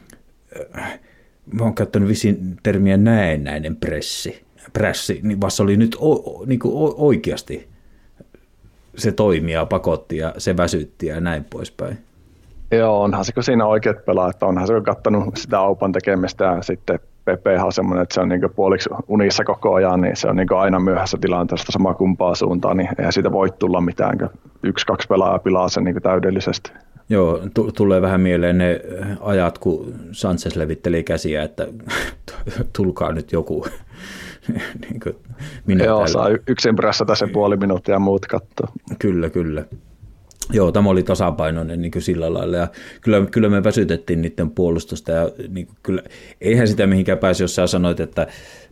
mä oon käyttänyt vissiin termiä näennäinen pressi, niin vaan se oli nyt niinku oikeasti se toimia, pakotti ja se väsytti ja näin poispäin. Joo, onhan se, kun siinä oikeat pelaat, onhan se katsonut sitä Aupan tekemistä ja sitten Pepehan on semmoinen, että se on niinku puoliksi unissa koko ajan, niin se on niinku aina myöhässä tilanteessa sama kumpaa suuntaan, niin eihän siitä voi tulla mitään, kun 1-2 pelaajaa pilaa sen niinku täydellisesti. Joo, tulee vähän mieleen ne ajat, kun Sanchez levitteli käsiä, että tulkaa nyt joku. Niin joo, saa yksin prässätä sen puoli minuuttia ja muut kattoo. Kyllä. Joo, tämä oli tasapainoinen niin kuin sillä lailla ja kyllä me väsytettiin niiden puolustusta ja niin kuin kyllä, eihän sitä mihinkään pääsi, jos sä sanoit, että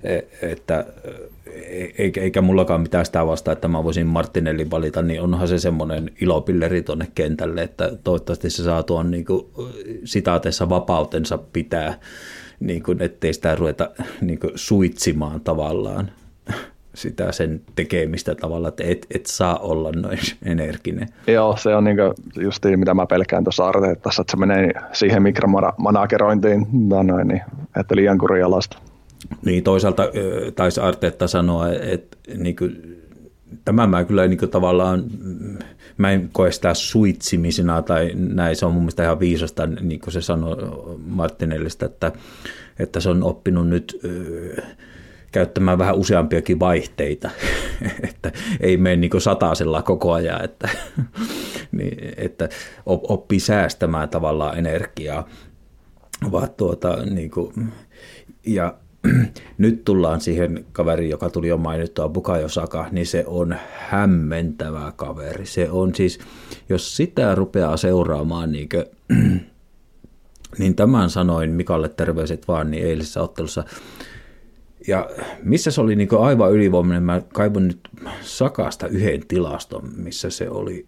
eikä mullakaan mitään sitä vastaa, että mä voisin Martinellin valita, niin onhan se semmoinen ilopilleri tuonne kentälle, että toivottavasti se saa tuon niin kuin sitaateessa vapautensa pitää, niin kuin, ettei sitä ruveta niin kuin suitsimaan tavallaan. Sitä sen tekemistä tavalla, että et saa olla noin energinen. Joo, se on niinku justiin mitä mä pelkään tuossa Arteetassa, että se menee siihen mikromanagerointiin, niin, että liian kurialasta. Niin, toisaalta taisi Arteetta sanoa, että niinku, tämä mä kyllä niinku tavallaan, mä en koe sitä suitsimisena tai näin, se on mun mielestä ihan viisasta, niin kuin se sanoi Martinellista, että se on oppinut nyt käyttämään vähän useampiakin vaihteita, että ei mene niin kuin satasella koko ajan, että oppii säästämään tavallaan energiaa. Vaan niin kuin, ja nyt tullaan siihen kaveriin, joka tuli jo mainittua, Bukayo Saka, niin se on hämmentävä kaveri. Se on siis, jos sitä rupeaa seuraamaan, niin tämän sanoin Mikalle terveiset vaan, niin eilisessä ottelussa. Ja missä se oli niin kuin aivan ylivoimainen, mä kaivon nyt Sakasta yhden tilaston, missä se oli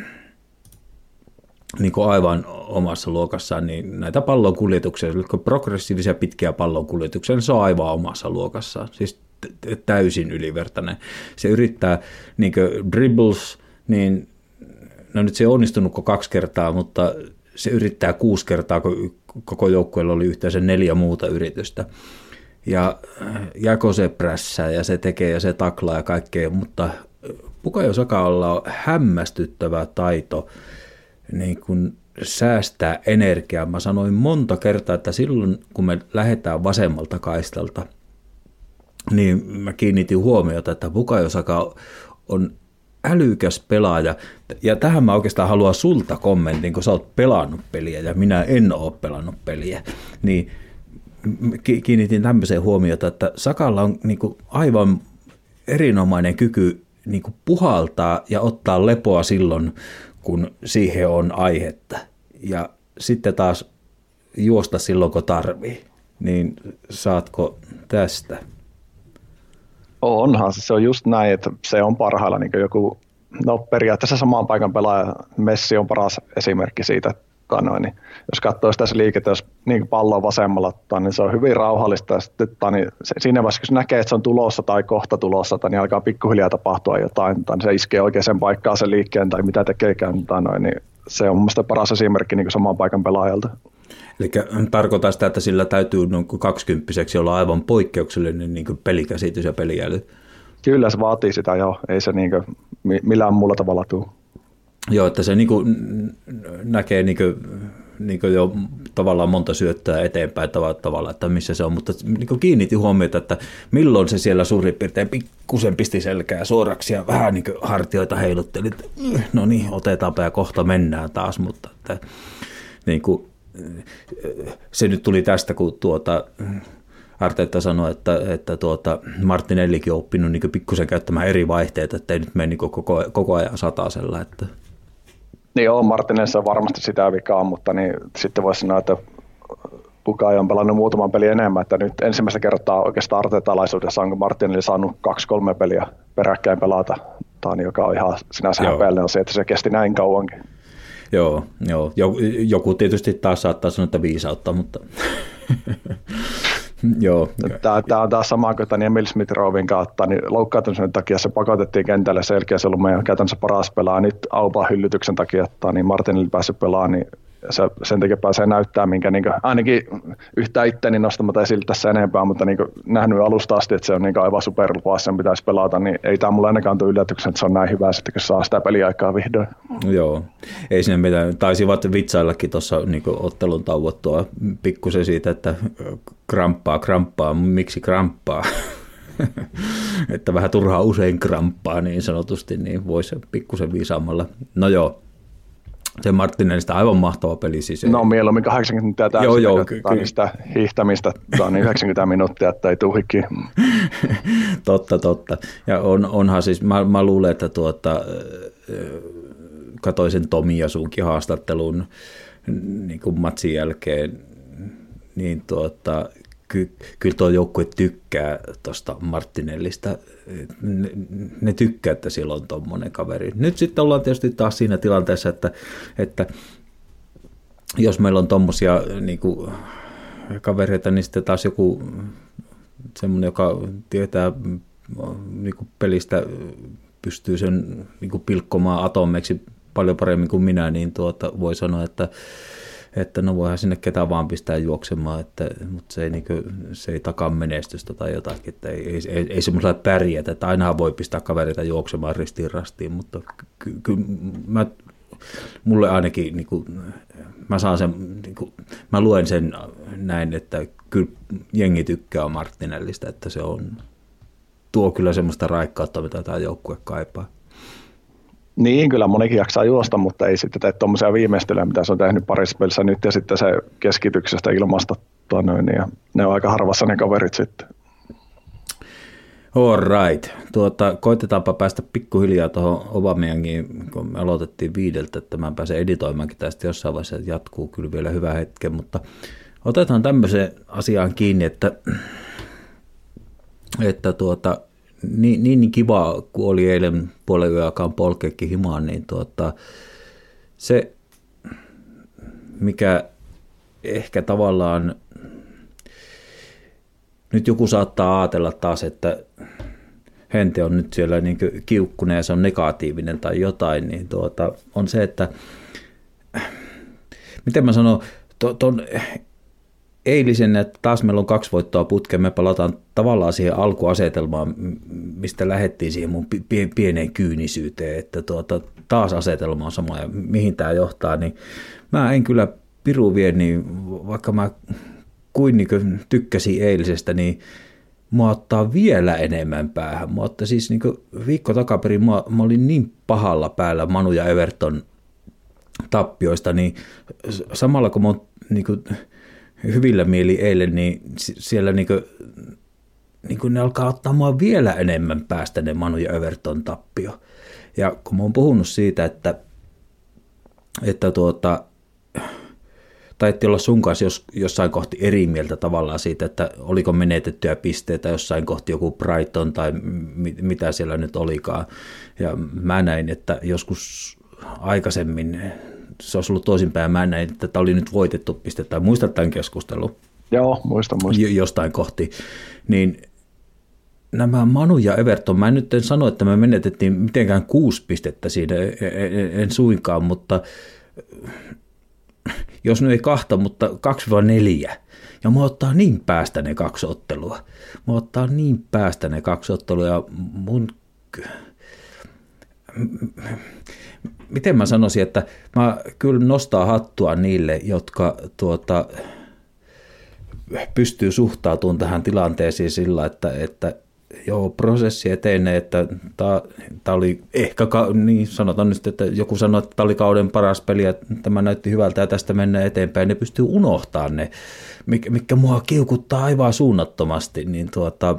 niin kuin aivan omassa luokassaan, niin näitä pallonkuljetuksia, progressiivisia pitkiä pallonkuljetuksia, niin se on aivan omassa luokassaan, siis täysin ylivertainen. Se yrittää niin kuin dribbles, niin no nyt se ei onnistunut 2 kertaa, mutta se yrittää 6 kertaa, kun koko joukkueella oli yhteensä 4 muuta yritystä. Ja jako se prässää ja se tekee ja se taklaa ja kaikkea, mutta Bukayo Sakalla on hämmästyttävä taito niin kun säästää energiaa. Mä sanoin monta kertaa, että silloin kun me lähdetään vasemmalta kaistalta, niin mä kiinnitin huomiota, että Bukayo Saka on älykäs pelaaja. Ja tähän mä oikeastaan haluan sulta kommentin, kun sä oot pelannut peliä ja minä en ole pelannut peliä, niin kiinnitin tämmöiseen huomiota, että Sakalla on niin kuin aivan erinomainen kyky niin kuin puhaltaa ja ottaa lepoa silloin, kun siihen on aihetta. Ja sitten taas juosta silloin, kun tarvii. Niin saatko tästä? Onhan se on just näin, että se on parhailla niin joku, no periaatteessa samaan paikan pelaaja. Messi on paras esimerkki siitä, niin jos katsoo sitä liikettä, jos niin pallo on vasemmalla, niin se on hyvin rauhallista. Ja sitten, niin siinä vaiheessa, kun se näkee, että se on tulossa tai kohta tulossa, niin alkaa pikkuhiljaa tapahtua jotain, niin se iskee oikeaan paikkaan sen liikkeen tai mitä tekeekään, niin se on mun mielestä paras esimerkki niin saman paikan pelaajalta. Eli tarkoittaa sitä, että sillä täytyy 20-vuotiaaksi olla aivan poikkeuksellinen niin pelikäsitys ja pelijäly. Kyllä se vaatii sitä, joo. Ei se niin millään muulla tavalla tule. Joo, että se näkee jo tavallaan monta syöttöä eteenpäin tavalla, että missä se on, mutta kiinnitin huomiota, että milloin se siellä suurin piirtein pikkusen pisti selkää suoraksi ja vähän hartioita heilutteli, että no niin, otetaanpa ja kohta mennään taas, mutta että, se nyt tuli tästä, kun Arteta sanoi, että Martinellikin on oppinut niin pikkusen käyttämään eri vaihteita, että ei nyt mene niin koko ajan satasella. Että. Niin joo, Martinellissa on varmasti sitä vikaa, mutta niin, sitten voisi sanoa, että Bukayo on pelannut muutaman pelin enemmän, että nyt ensimmäistä kertaa oikeastaan Arteta-alaisuudessa onko Martinelli saanut 2-3 peliä peräkkäin pelata, joka on ihan sinänsä häpeällinen asia, että se kesti näin kauankin. Joo. Joku tietysti taas saattaa sanoa, että viisautta, mutta joo. Tämä on taas sama kuin Emil Smith-Rowin kautta, niin loukkaantumisen takia se pakotettiin kentälle selkeä, se ollut meidän käytännössä paras pelaa. Nyt Auban hyllytyksen takia, että niin Martinelli päässyt pelaamaan, niin sen takia pääsee näyttää, minkä niin ainakin yhtä itteni nostamatta esille tässä enempää, mutta niin nähnyt alusta asti, että se on niin aivan superlupaus, sen pitäisi pelata, niin ei tämä mulle ainakaan tule yllätyksen, että se on näin hyvä sitten, kun saa sitä peliaikaa vihdoin. Joo, ei sinne mitään. Taisivat vitsaillakin tuossa niin ottelun tauottua pikkusen siitä, että kramppaa, miksi kramppaa? Että vähän turhaa usein kramppaa niin sanotusti, niin voisi pikkusen viisaammalla. No joo. Se Martinellista aivan mahtava peli siis. No mieluummin 80 täysin, niin sitä hiihtämistä niin 90 minuuttia, että ei tule hikki. Totta. Ja onhan siis, mä luulen, että katsoin sen Tomi ja sunkin haastattelun niin kuin matsin jälkeen, niin kyllä tuo joukkue tykkää tuosta Martinellista. Ne tykkää, että sillä on tommoinen kaveri. Nyt sitten ollaan tietysti taas siinä tilanteessa, että jos meillä on tommosia niinku kavereita, niin sitten taas joku semmoinen, joka tietää niinku pelistä, pystyy sen niinku pilkkomaan atomeiksi paljon paremmin kuin minä, niin voi sanoa, että no voihan sinne ketään vaan pistää juoksemaan, mutta se ei takaa menestystä tai jotakin, että ei semmoisella pärjätä, että ainahan voi pistää kavereita juoksemaan ristiin rastiin, mutta kyllä mulle ainakin, niin kuin, mä saan sen, niin kuin, mä luen sen näin, että kyllä jengi tykkää Martinellista, että se tuo kyllä semmoista raikkautta, mitä tämä joukkue kaipaa. Niin, kyllä monikin jaksaa juosta, mutta ei sitten tee tuommoisia viimeistelyjä, mitä se on tehnyt parissa pelissä nyt, ja sitten se keskityksestä ilmasta, ja ne on aika harvassa ne kaverit sitten. All right. Koitetaanpa päästä pikkuhiljaa tuohon Aubameyangiin, kun me aloitettiin 5, että mä pääsen editoimaankin tästä jossain vaiheessa, että jatkuu kyllä vielä hyvä hetken, mutta otetaan tämmöiseen asiaan kiinni, että niin kiva, kun oli eilen puolen yön aikaan polkeekin himaan, niin se, mikä ehkä tavallaan, nyt joku saattaa ajatella taas, että Hente on nyt siellä niin kiukkunen ja se on negatiivinen tai jotain, niin on se, että miten mä sanon, ton eilisen, että taas meillä on 2 voittoa putkeen, me palataan tavallaan siihen alkuasetelmaan, mistä lähdettiin siihen mun pieneen kyynisyyteen, että taas asetelma on sama ja mihin tämä johtaa, niin mä en kyllä piru vie, niin vaikka mä kuin tykkäsin eilisestä, niin mua ottaa vielä enemmän päähän. Mua ottaa siis viikko takaperin, mä olin niin pahalla päällä Manu ja Everton tappioista, niin samalla kun mä oon hyvillä mieli eilen, niin siellä ne alkaa ottaa mua vielä enemmän päästä ne Manu ja Everton tappio. Ja kun mä oon puhunut siitä, että taidettiin olla sun kanssa jossain kohti eri mieltä tavallaan siitä, että oliko menetettyjä pisteitä jossain kohti joku Brighton tai mitä siellä nyt olikaan. Ja mä näin, että joskus aikaisemmin se olisi ollut toisinpäin, mä näin, että tämä oli nyt voitettu piste, tai muistat tämän keskustelun? Joo, muistan. Jostain kohti. Niin nämä Manu ja Everton, mä nyt en sano, että me menetettiin mitenkään 6 pistettä siinä, en suinkaan, mutta jos nyt ei 2, mutta 2-4. Ja mä ottaa niin päästä ne 2 ottelua. Ja miten mä sanoisin, että mä kyllä nostaa hattua niille, jotka pystyy suhtautumaan tähän tilanteeseen sillä, että prosessi etenee, että tämä oli ehkä, niin sanotaan nyt, että joku sanoi, että tämä oli kauden paras peli ja tämä näytti hyvältä ja tästä mennään eteenpäin. Ne pystyy unohtamaan ne, mikä mua kiukuttaa aivan suunnattomasti, niin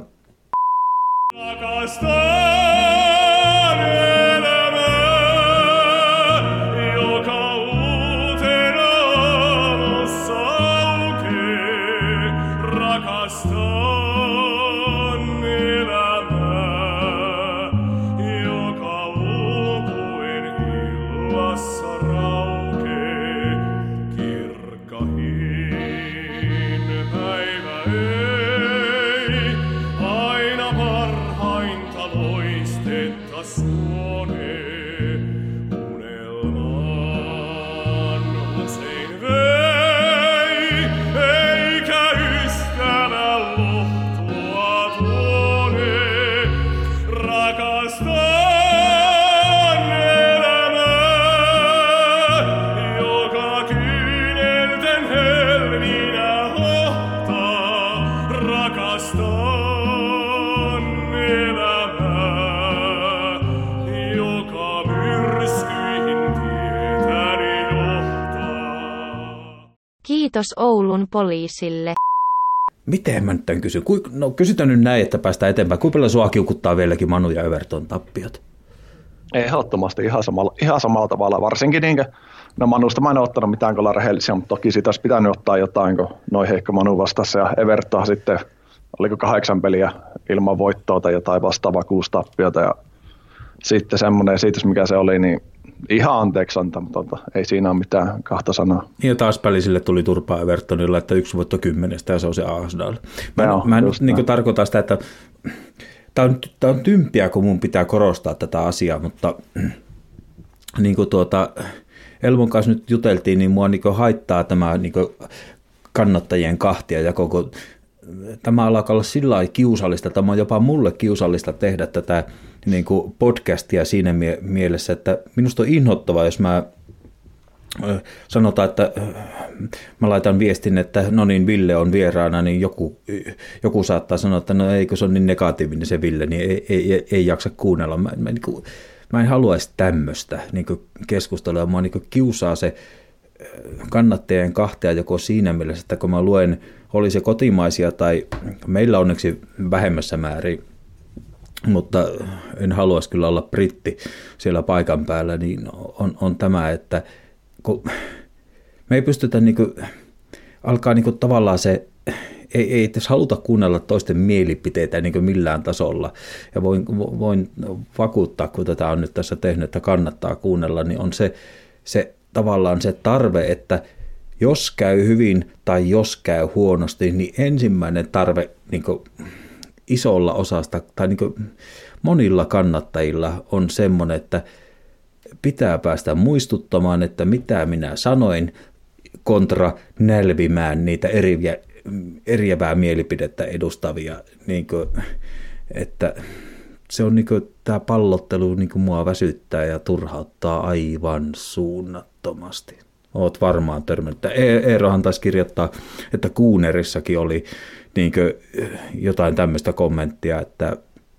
Kiitos Oulun poliisille. miten mä nyt tämän kysyn? No kysytään nyt näin, että päästään eteenpäin. Kuinka paljon sua kiukuttaa vieläkin Manu ja Everton tappiot? Ehdottomasti ihan samalla tavalla. Varsinkin no Manusta mä en ole ottanut mitään, kun ollaan rehellisiä, mutta toki siitä olisi pitänyt ottaa jotain, kun noin heikko Manu vastassa ja Everton sitten, oliko 8 peliä ilman voittoa tai jotain vastaavaa 6 tappiota ja sitten semmoinen esitys, mikä se oli, niin ihan anteeksi antamatonta. Ei siinä ole mitään kahta sanaa. Ja taas pälisille tuli turpaa Evertonilla, että 1 voitto 10 ja se on se Arsenal. Mä en niin tarkoita sitä, että tämä on tympiä, kun mun pitää korostaa tätä asiaa, mutta niin kuin Elmon kanssa nyt juteltiin, niin mua niin haittaa tämä niin kannattajien kahtiajako, kun tämä alkaa olla sillä lailla kiusallista, tämä on jopa mulle kiusallista tehdä tätä niin kuin podcastia siinä mielessä, että minusta on inhottavaa, jos mä sanotaan, että mä laitan viestin, että no niin, Ville on vieraana, niin joku saattaa sanoa, että no eikö se on niin negatiivinen se Ville, niin ei jaksa kuunnella. Mä en haluaisi tämmöistä niin keskustelua, mua niin kiusaa se kannattajien kahtia joko siinä mielessä, että kun mä luen, oli se kotimaisia tai meillä onneksi vähemmässä määrin, mutta en haluaisi kyllä olla britti siellä paikan päällä, niin on tämä, että kun me ei pystytä alkaa tavallaan se, ei edes haluta kuunnella toisten mielipiteitä millään tasolla. Ja voin vakuuttaa, kun tätä on nyt tässä tehnyt, että kannattaa kuunnella, niin on se tavallaan se tarve, että jos käy hyvin tai jos käy huonosti, niin ensimmäinen tarve isolla osasta tai monilla kannattajilla on semmoinen, että pitää päästä muistuttamaan, että mitä minä sanoin kontra nälvimään niitä eriävää mielipidettä edustavia, että se on tämä pallottelu mua väsyttää ja turhauttaa aivan suunnattomasti. Oot varmaan törmännyt. Eerohan taisi kirjoittaa, että Kuunerissakin oli jotain tämmöistä kommenttia, että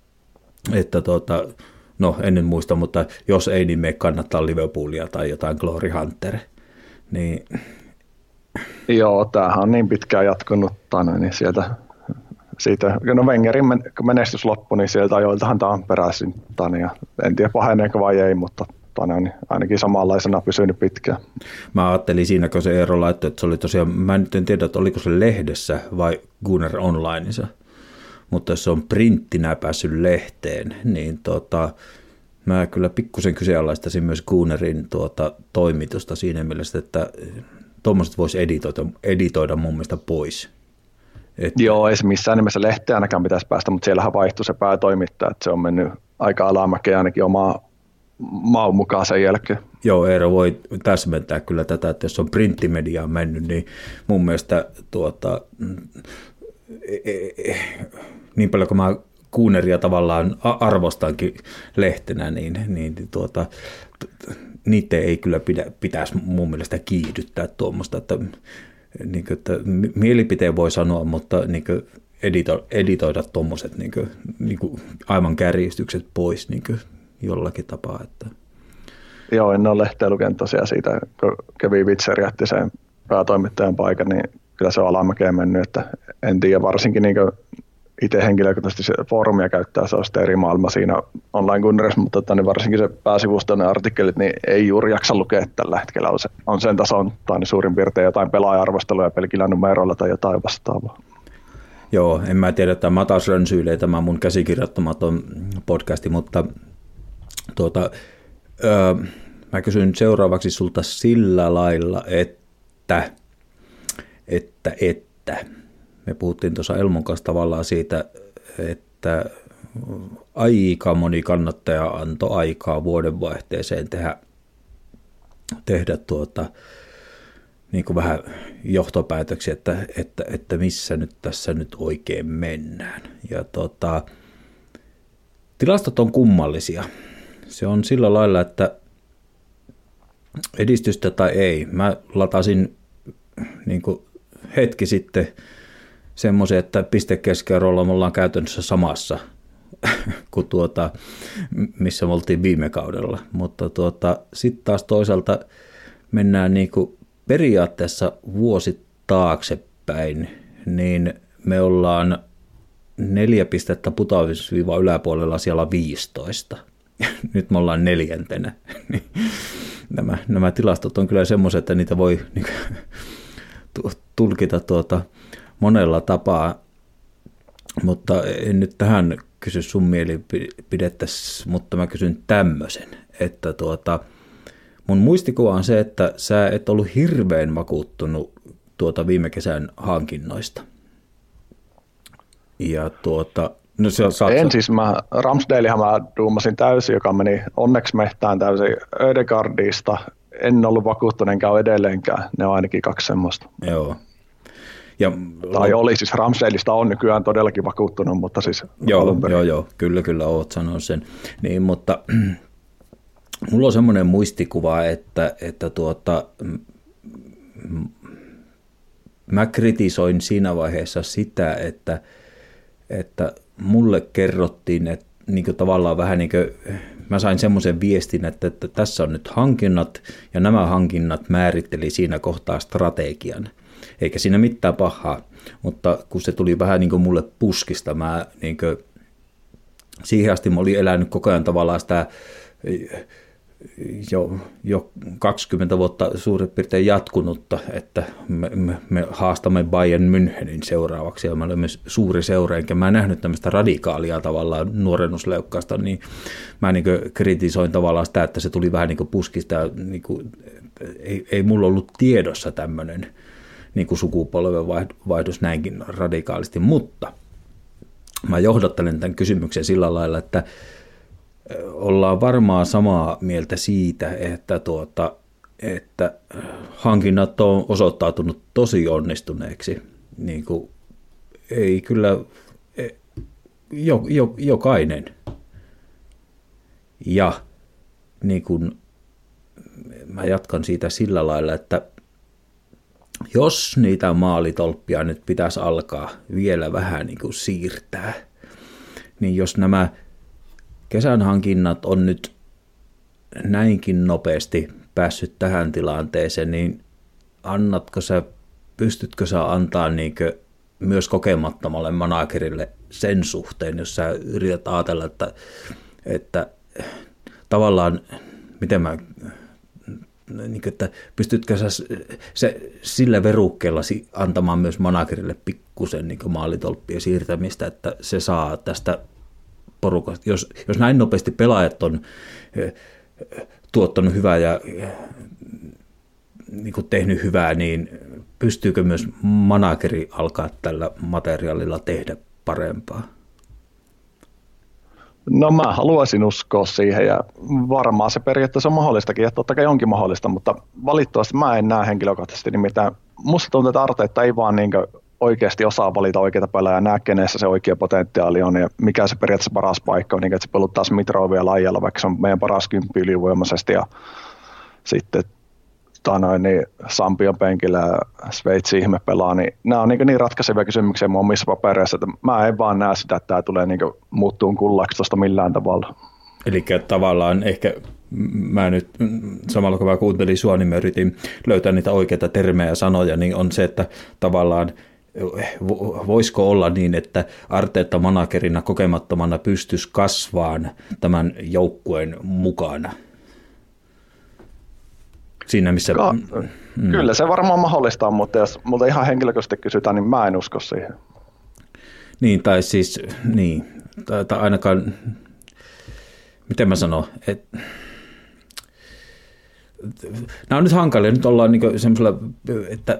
no en nyt muista, mutta jos ei, niin me kannattaa Liverpoolia tai jotain Glory Hunter. Niin. Joo, tämähän on niin pitkään jatkunut, niin siitä, no Wengerin menestys loppui, niin sieltä ajoiltahan tämä on peräisin. Ja en tiedä paheneeko vai ei, mutta niin ainakin samanlaisena pysynyt pitkään. Mä ajattelin siinä, kun se Eero laittoi, että se oli tosiaan, mä nyt en tiedä, että oliko se lehdessä vai Gunner Onlineissa, mutta jos se on printtinä päässyt lehteen, niin mä kyllä pikkusen kyseenalaistasin myös Gunnerin toimitusta siinä mielessä, että tuommoiset voisi editoida mun mielestä pois. Joo, ei se missään nimessä lehteä ainakaan pitäisi päästä, mutta siellähän vaihtui se päätoimittaja, että se on mennyt aika alamäkeen ainakin omaa maun mukaan sen jälkeen. Joo, Eero voi täsmentää kyllä tätä, että jos on printtimediaan mennyt, niin mun mielestä niin paljon kuin mä Kuuneria tavallaan arvostankin lehtenä, niin niitä ei kyllä pitäisi mun mielestä kiihdyttää tuommoista, että, että mielipiteen voi sanoa, mutta editoida tuommoiset niinku aivan kärjistykset pois niinku jollakin tapaa. Että. Joo, en ole lehteä lukenut tosiaan siitä, kun Kevin Witzer jätti sen päätoimittajan paikan, niin kyllä se on alamäkeen mennyt, että en tiedä varsinkin niin itse henkilökohtaisesti se foorumia käyttää, se on sitten eri maailma siinä online Gunners, mutta niin varsinkin se pääsivustoinen artikkelit, niin ei juuri jaksa lukea tällä hetkellä. On sen tason tai niin suurin piirtein jotain pelaaja-arvosteluja pelkillä numeroilla tai jotain vastaavaa. Joo, en mä tiedä, että mä taas rönsyilee tämä mun käsikirjoittamaton podcasti, mutta mä kysyn seuraavaksi sulta sillä lailla, että me puhuttiin tuossa Elmon kanssa tavallaan siitä, että aika moni kannattaja antoi aikaa vuodenvaihteeseen tehdä niin kuin vähän johtopäätöksiä, että missä nyt tässä nyt oikein mennään. Ja tilastot on kummallisia. Se on sillä lailla, että edistystä tai ei. Mä latasin niin kuin hetki sitten semmoisen, että pistekeskiarvolla me ollaan käytännössä samassa kuin missä me oltiin viime kaudella. Mutta sitten taas toisaalta mennään niin kuin periaatteessa vuosi taaksepäin, niin me ollaan 4 pistettä putoamisviivan yläpuolella siellä 15. Nyt me ollaan 4. Nämä tilastot on kyllä semmoiset, että niitä voi tulkita monella tapaa, mutta en nyt tähän kysy sun mielipidettä, mutta mä kysyn tämmöisen, että mun muistikuva on se, että sä et ollut hirveän vakuuttunut viime kesän hankinnoista. Ja no siis Ramsdalehan mä duumasin täysin, joka meni onneksi mehtään täysin Ödegaardista. En ollut vakuuttunut enkä ole edelleenkään. Ne on ainakin 2 semmoista. Joo. Tai oli siis Ramsdaleista on nykyään todellakin vakuuttunut, mutta siis Joo, kyllä oot sanonut sen. Niin, mutta mulla on semmoinen muistikuva, että mä kritisoin siinä vaiheessa sitä, että mulle kerrottiin, että niin tavallaan vähän niin kuin, mä sain semmoisen viestin, että tässä on nyt hankinnat ja nämä hankinnat määritteli siinä kohtaa strategian. Eikä siinä mitään pahaa, mutta kun se tuli vähän niin kuin mulle puskista, mä niin kuin, siihen asti mä olin elänyt koko ajan tavallaan sitä jo 20 vuotta suurin piirtein jatkunutta, että me haastamme Bayern Münchenin seuraavaksi ja me olemme suuri seura, enkä mä nähnyt tämmöistä radikaalia tavallaan nuorennusleikkausta, niin mä niin kuin kritisoin tavallaan sitä, että se tuli vähän niin kuin puskista, niin kuin, ei mulla ollut tiedossa tämmöinen niin kuin sukupolvenvaihdos näinkin radikaalisti, mutta mä johdattelen tämän kysymyksen sillä lailla, että ollaan varmaan samaa mieltä siitä, että hankinnat on osoittautunut tosi onnistuneeksi. Niin kuin, ei kyllä jokainen. Ja niin kuin, mä jatkan siitä sillä lailla, että jos niitä maalitolppia nyt pitäisi alkaa vielä vähän niin kuin siirtää, niin jos nämä kesän hankinnat on nyt näinkin nopeasti päässyt tähän tilanteeseen, niin pystytkö sä antaa niinkö myös kokemattomalle managerille sen suhteen, jos sä yrität ajatella, että tavallaan, miten mä, niin, että pystytkö sä sillä verukkeella antamaan myös managerille pikkusen niin maalitolppien siirtämistä, että se saa tästä porukasta. Jos näin nopeasti pelaajat on tuottanut hyvää ja niin kuin tehnyt hyvää, niin pystyykö myös manageri alkaa tällä materiaalilla tehdä parempaa? No mä haluaisin uskoa siihen ja varmaan se periaatteessa on mahdollistakin ja totta kai onkin mahdollista, mutta valitettavasti mä en näe henkilökohtaisesti nimittäin. Musta tuntuu, että Arteetta ei vaan niin oikeasti osaa valita oikeita pelaajia ja näe, kenessä se oikea potentiaali on ja mikä se periaatteessa paras paikka on, niin että se peluttaa Mitrovia laajalla, vaikka se on meidän paras 10 ylivoimaisesti ja sitten niin Sampion penkillä ja Sveitsi ihme pelaa, niin nämä on niin ratkaisevia kysymyksiä mun omissa papereissa, että mä en vaan näe sitä, että tämä tulee niin muuttuun kullaksi tuosta millään tavalla. Eli tavallaan ehkä mä nyt samalla kun mä kuuntelin sua, niin mä yritin löytää niitä oikeita termejä ja sanoja, niin on se, että tavallaan voisiko olla niin, että Arteta managerina kokemattomana pystyisi kasvaan tämän joukkueen mukana? Siinä missä... Kyllä se varmaan mahdollistaa, mutta jos multa ihan henkilökohtaisesti kysytään, niin mä en usko siihen. Niin, tai siis, niin, tai ainakaan, miten mä sanon, että nämä on nyt hankalia, nyt ollaan niin semmoisella, että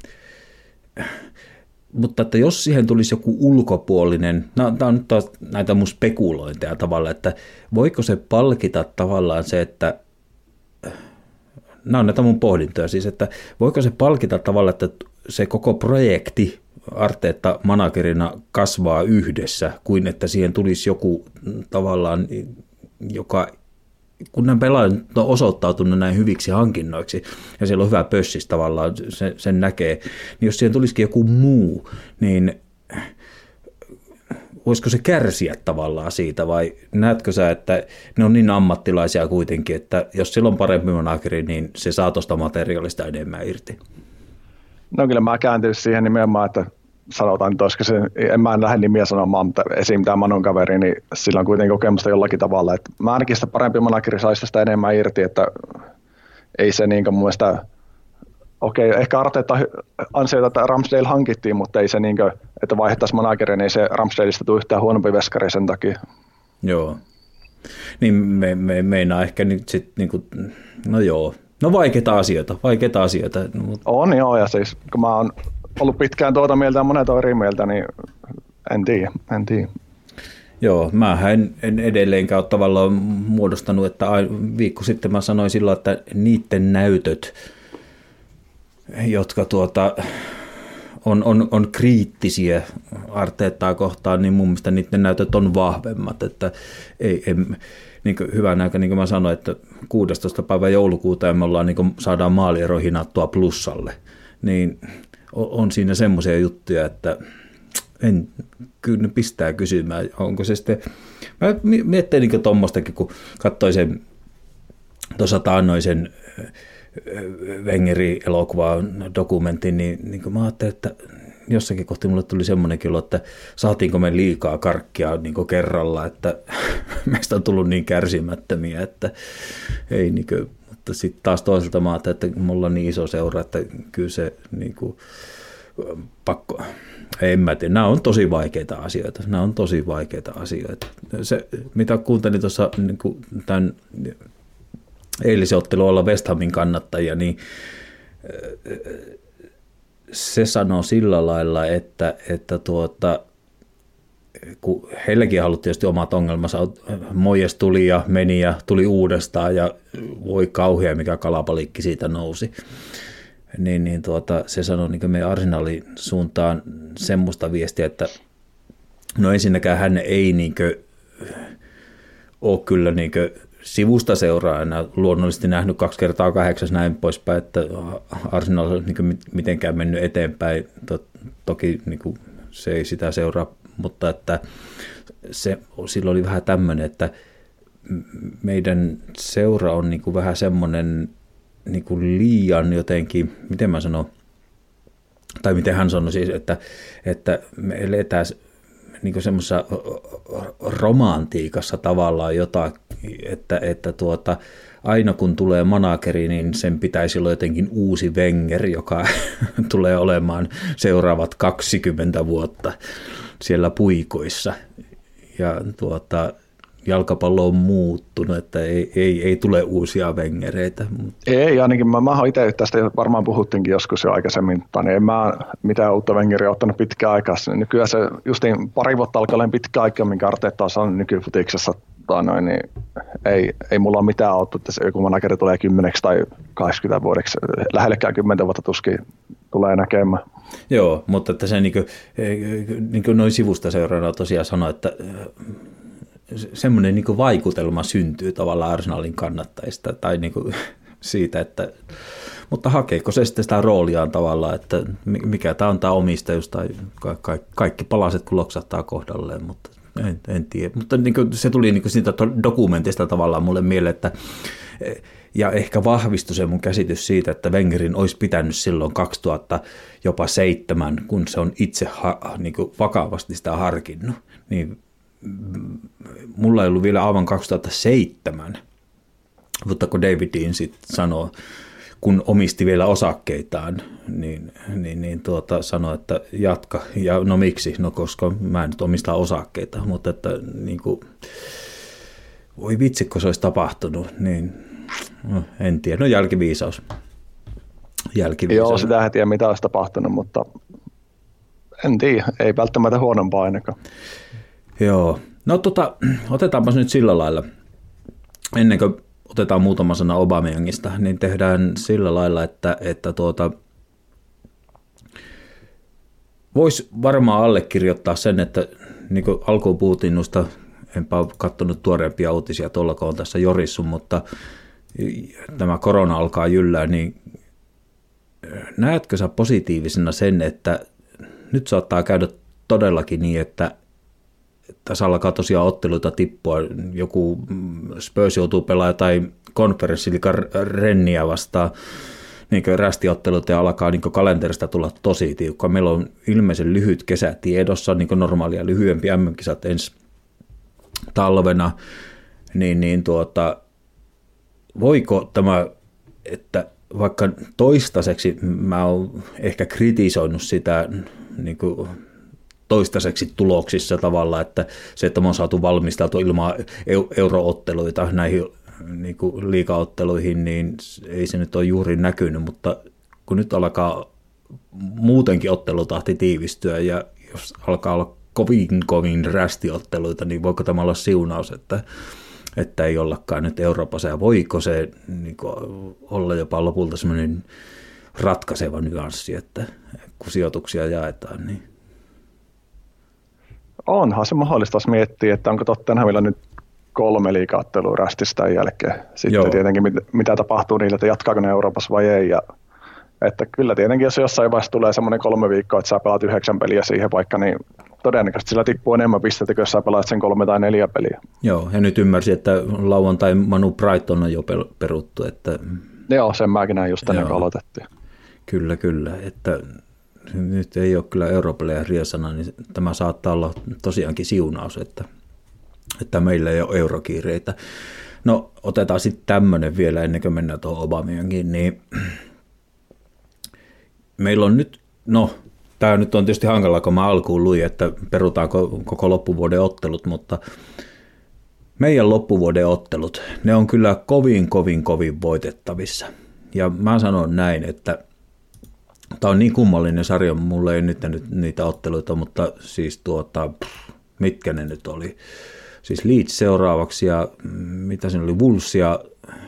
mutta että jos siihen tulisi joku ulkopuolinen, tämä on nyt taas näitä mun spekulointeja tavallaan, että voiko se palkita tavallaan se, että nämä on näitä mun pohdintoja siis, että voiko se palkita tavallaan, että se koko projekti Arteta managerina kasvaa yhdessä, kuin että siihen tulisi joku tavallaan, joka kun nämä pelaajat on osoittautunut näin hyviksi hankinnoiksi, ja siellä on hyvä pössis tavallaan, sen näkee, niin jos siihen tulisikin joku muu, niin voisiko se kärsiä tavallaan siitä, vai näetkö sä, että ne on niin ammattilaisia kuitenkin, että jos sillä on parempi manageri, niin se saa tuosta materiaalista enemmän irti? No kyllä mä kääntyisin siihen nimenomaan, että sanotaan, että olisiko se, en mä lähde nimiä sanomaan, mutta esim. Tämä Manon kaveri, niin sillä on kuitenkin kokemusta jollakin tavalla. Että mä ainakin sitä parempi manageri saisi sitä enemmän irti, että ei se niin kuin mun mielestä, okei, ehkä Arteta ansioita, että Ramsdale hankittiin, mutta ei se niin kuin, että vaihdettaisiin manageria, niin ei se Ramsdaleista tule yhtään huonompi veskari sen takia. Joo, niin me meinaa ehkä nyt sitten, niin kuin, no joo, no vaikeita asioita. On joo, ja siis kun mä oon ollut pitkään tuota mieltä ja monet on eri mieltä, niin en tiedä. Joo, mähän en edelleenkään ole tavallaan muodostanut, että viikko sitten mä sanoin silloin, että niiden näytöt, jotka on kriittisiä Artetaa kohtaan, niin mun mielestä niiden näytöt on vahvemmat, että niin hyvän aika, niin kuin mä sanoin, että 16. päivä joulukuuta ja me ollaan, niin saadaan maaliero hinattua plussalle, niin on siinä semmoisia juttuja, että kyllä pistää kysymään, onko se sitten, mä miettii niin tuommoistakin, kun katsoin sen tuossa taannoisen Wengerin elokuvan dokumentin, niin mä ajattelin, että jossakin kohti mulle tuli semmoinenkin olo, että saatiinko me liikaa karkkia niin kerralla, että meistä on tullut niin kärsimättömiä, että ei niin kuin, mutta sitten taas toiselta mä ajattelin, että mulla on niin iso seura, että kyllä se niin kuin, pakko, en mä tiedä, nämä on tosi vaikeita asioita. Se, mitä kuuntelin tuossa niin kuin tämän eilisen ottelun olla West Hamin kannattajia, niin se sanoo sillä lailla, että kun heilläkin haluttiin tietysti omat ongelmansa, Moyes tuli ja meni ja tuli uudestaan ja voi kauhea, mikä kalapalikki siitä nousi. Niin se sanoi niin meidän Arsenalin suuntaan semmoista viestiä, että no ensinnäkään hän ei niin kuin ole kyllä niin kuin sivusta seuraajana luonnollisesti nähnyt 2x8 näin poispäin, että Arsenal on niin mitenkään mennyt eteenpäin. Toki niin se ei sitä seuraa, mutta että silloin oli vähän tämmöinen, että meidän seura on niin vähän semmoinen niin liian jotenkin, miten mä sanon, tai miten hän sanoi siis, että me eletään niin semmoisessa romantiikassa tavallaan jotain, että aina kun tulee manageri, niin sen pitäisi olla jotenkin uusi Wenger, joka tulee olemaan seuraavat 20 vuotta siellä puikoissa. Ja jalkapallo on muuttunut, että ei tule uusia Wengereitä. Ei, ainakin mä oon itse tästä varmaan puhuttiinkin joskus jo aikaisemmin, niin en mä mitään uutta Wengeria ottanut pitkään aikaa. Nykyään se justiin pari vuotta alkaa olla pitkä aikaa, minkä Arteta on saanut nykyfutiksessa, niin ei mulla ole mitään auttu, että joku manageri tulee 10 tai 80 vuodeksi, lähellekään 10 vuotta tuskin tulee näkemään. Joo, mutta että se niin kuin noin sivusta seuraavana tosiaan sanoi, että semmoinen niin vaikutelma syntyy tavallaan Arsenalin kannattajista tai niin siitä, että mutta hakeeko se sitten sitä rooliaan tavallaan, että mikä tämä on tämä omistajuus tai kaikki palaset kun loksahtaa kohdalleen, mutta en tiedä. Mutta niin kuin se tuli niin kuin siitä dokumentista tavallaan mulle mieleen, että ja ehkä vahvistui se mun käsitys siitä, että Wengerin olisi pitänyt silloin 2007, kun se on itse niin kuin vakavasti sitä harkinnut, niin mulla ei ollut vielä aivan 2007, mutta kun David Dein sitten sanoi, kun omisti vielä osakkeitaan, niin sanoi, että jatka. Ja no miksi? No koska mä en nyt omista osakkeita, mutta että niin kuin, voi vitsi, kun se olisi tapahtunut, niin no, en tiedä. No jälkiviisaus. Joo, sitä en tiedä mitä olisi tapahtunut, mutta en tiedä. Ei välttämättä huonompaa ainakaan. Joo. No otetaanpas nyt sillä lailla, ennen kuin otetaan muutama sana Aubameyangista, niin tehdään sillä lailla, että voisi varmaan allekirjoittaa sen, että niin kuin alkuun puhuttiin noista, enpä ole katsonut tuoreempia uutisia tuolla, kun on tässä jorissu, mutta tämä korona alkaa jyllää, niin näetkö sä positiivisena sen, että nyt saattaa käydä todellakin niin, että tässä alkaa tosiaan otteluita tippua, joku Spurs joutuu pelaamaan jotain konferenssiliigan Renniä vastaan, niin rästiottelut ja alkaa niin kalenterista tulla tosi tiukka. Meillä on ilmeisen lyhyt kesä tiedossa, niin normaalia lyhyempi MM-kisat ensi talvena, voiko tämä, että vaikka toistaiseksi mä oon ehkä kritisoinut sitä niin kuin toistaiseksi tuloksissa tavallaan, että se, että me on saatu valmistautua ilman eurootteluita näihin niin kuin liigaotteluihin, niin ei se nyt ole juuri näkynyt, mutta kun nyt alkaa muutenkin ottelutahti tiivistyä ja jos alkaa olla kovin rästiotteluita, niin voiko tämä olla siunaus, että ei ollakaan nyt Euroopassa ja voiko se niin kuin olla jopa lopulta semmoinen ratkaiseva nyanssi, että kun sijoituksia jaetaan, niin onhan se mahdollista, jos miettii, että onko Tottenhamilla nyt 3 liiga-ottelua rästistä tämän jälkeen. Sitten Joo. Tietenkin mitä tapahtuu niille, että jatkaako ne Euroopassa vai ei. Ja, että kyllä tietenkin, jos jossain vaiheessa tulee semmoinen 3 viikkoa, että sä pelaat 9 peliä siihen vaikka, niin todennäköisesti sillä tippuu enemmän pisteitä, kun jos sä pelaat sen 3 tai 4 peliä. Joo, ja nyt ymmärsin, että lauantai Manu Brighton on jo peruttu. Että Joo, sen mäkin näin just ennen kuin aloitettiin. Kyllä, että nyt ei ole kyllä Euroopalle riesana, niin tämä saattaa olla tosiaankin siunaus, että meillä ei ole eurokiireitä. No otetaan sitten tämmöinen vielä ennen kuin mennään tuohon Aubameyangiin, niin meillä on nyt, no tämä nyt on tietysti hankala, kun mä alkuun luin, että perutaanko koko loppuvuoden ottelut, mutta meidän loppuvuoden ottelut, ne on kyllä kovin voitettavissa. Ja mä sanon näin, että tämä on niin kummallinen sarja, mulla ei nyt niitä otteluita, mutta siis mitkä ne nyt oli? Siis Leeds seuraavaksi ja mitä siinä oli, Wolves ja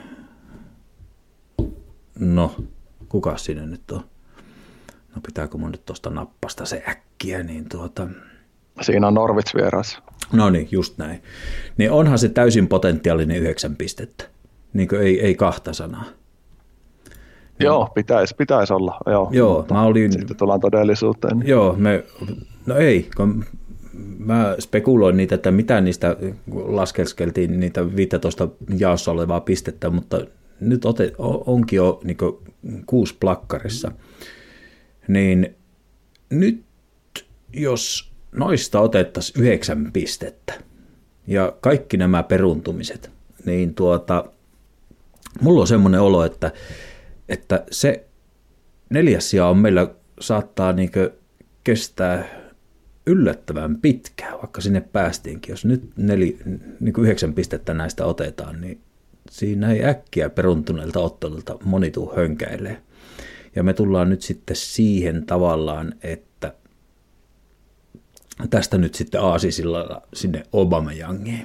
no, kuka siinä nyt on? No pitääkö mun nyt tuosta nappasta se äkkiä, niin Siinä on Norwich vieressä. No niin, just näin. Niin onhan se täysin potentiaalinen 9 pistettä, niin kuin ei 2 sanaa. Joo, pitäisi olla. Joo, mä olin. Sitten tullaan todellisuuteen. Joo, no ei, kun mä spekuloin niitä, että mitä niistä laskeskeltiin, niitä 15 jaossa olevaa pistettä, mutta nyt onkin jo niin 6 plakkarissa. Niin nyt, jos noista otettaisiin 9 pistettä ja kaikki nämä peruntumiset, niin mulla on semmoinen olo, että se 4. sija on meillä saattaa niinkö kestää yllättävän pitkään, vaikka sinne päästiinkin. Jos nyt 9 pistettä näistä otetaan, niin siinä ei äkkiä peruntuneelta ottelulta moni tuu hönkäilee. Ja me tullaan nyt sitten siihen tavallaan, että tästä nyt sitten aasisillalla sinne Aubameyangiin.